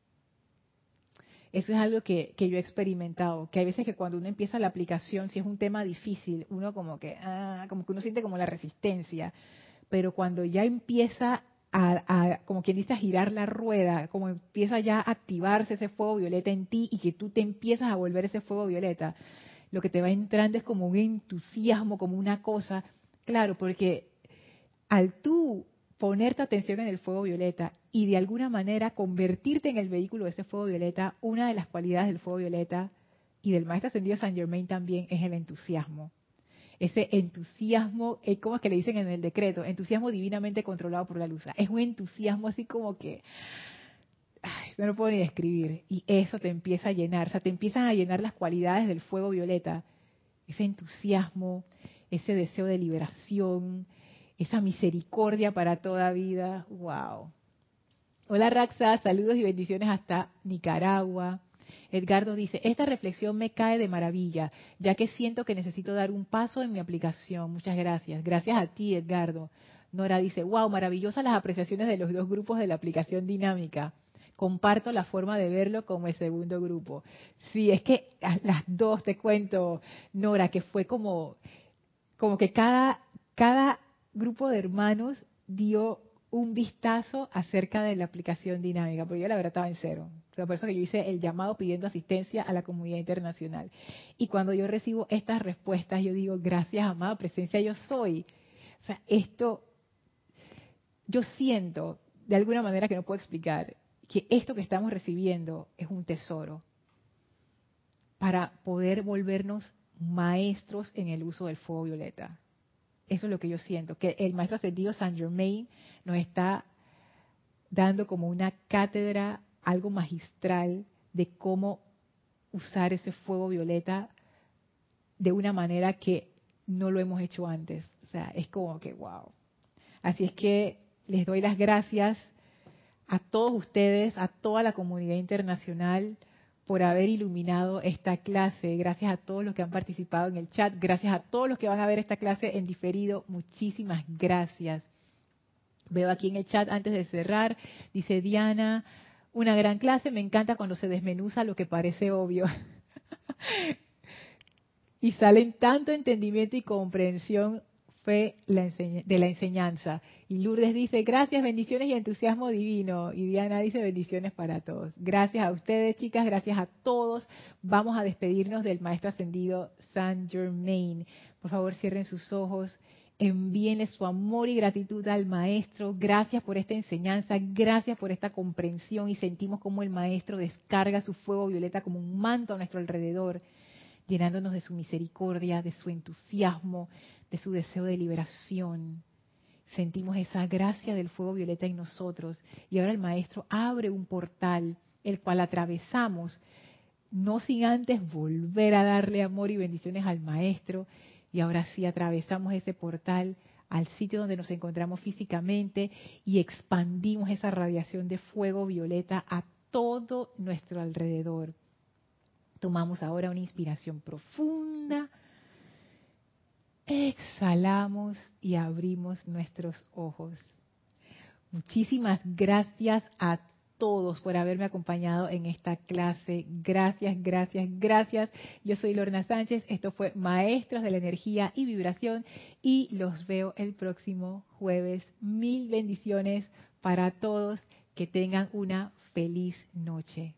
eso es algo que, que yo he experimentado, que hay veces que cuando uno empieza la aplicación, si es un tema difícil, uno como que, ah, como que uno siente como la resistencia, pero cuando ya empieza a, a, como quien dice, a girar la rueda, como empieza ya a activarse ese fuego violeta en ti y que tú te empiezas a volver ese fuego violeta, lo que te va entrando es como un entusiasmo, como una cosa, claro, porque al tú poner tu atención en el fuego violeta y de alguna manera convertirte en el vehículo de ese fuego violeta, una de las cualidades del fuego violeta y del maestro ascendido Saint Germain también es el entusiasmo. Ese entusiasmo, ¿cómo es que le dicen en el decreto? Entusiasmo divinamente controlado por la luz. Es un entusiasmo así como que, ay, no lo puedo ni describir. Y eso te empieza a llenar, o sea, te empiezan a llenar las cualidades del fuego violeta. Ese entusiasmo, ese deseo de liberación, esa misericordia para toda vida. ¡Wow! Hola Raxa, saludos y bendiciones hasta Nicaragua. Edgardo dice, esta reflexión me cae de maravilla, ya que siento que necesito dar un paso en mi aplicación. Muchas gracias. Gracias a ti, Edgardo. Nora dice, wow, maravillosas las apreciaciones de los dos grupos de la aplicación dinámica. Comparto la forma de verlo como el segundo grupo. Sí, es que las dos, te cuento, Nora, que fue como, como que cada, cada grupo de hermanos dio un vistazo acerca de la aplicación dinámica, porque yo la verdad estaba en cero. O sea, por eso que yo hice el llamado pidiendo asistencia a la comunidad internacional. Y cuando yo recibo estas respuestas, yo digo, gracias, amada presencia, yo soy. O sea, esto, yo siento, de alguna manera que no puedo explicar, que esto que estamos recibiendo es un tesoro para poder volvernos maestros en el uso del fuego violeta. Eso es lo que yo siento, que el maestro ascendido Saint Germain nos está dando como una cátedra, algo magistral de cómo usar ese fuego violeta de una manera que no lo hemos hecho antes. O sea, es como que wow. Así es que les doy las gracias a todos ustedes, a toda la comunidad internacional, por haber iluminado esta clase. Gracias a todos los que han participado en el chat. Gracias a todos los que van a ver esta clase en diferido. Muchísimas gracias. Veo aquí en el chat antes de cerrar, dice Diana, una gran clase, me encanta cuando se desmenuza lo que parece obvio. Y salen tanto entendimiento y comprensión fe la de la enseñanza. Y Lourdes dice, gracias, bendiciones y entusiasmo divino. Y Diana dice, bendiciones para todos. Gracias a ustedes, chicas, gracias a todos. Vamos a despedirnos del Maestro Ascendido Saint Germain. Por favor, cierren sus ojos. Envíenle su amor y gratitud al Maestro. Gracias por esta enseñanza, gracias por esta comprensión. Y sentimos como el Maestro descarga su fuego violeta como un manto a nuestro alrededor, llenándonos de su misericordia, de su entusiasmo, de su deseo de liberación. Sentimos esa gracia del fuego violeta en nosotros. Y ahora el Maestro abre un portal, el cual atravesamos, no sin antes volver a darle amor y bendiciones al Maestro. Y ahora sí atravesamos ese portal al sitio donde nos encontramos físicamente y expandimos esa radiación de fuego violeta a todo nuestro alrededor. Tomamos ahora una inspiración profunda, exhalamos y abrimos nuestros ojos. Muchísimas gracias a todos por haberme acompañado en esta clase. Gracias, gracias, gracias. Yo soy Lorna Sánchez. Esto fue Maestros de la Energía y Vibración y los veo el próximo jueves. Mil bendiciones para todos. Que tengan una feliz noche.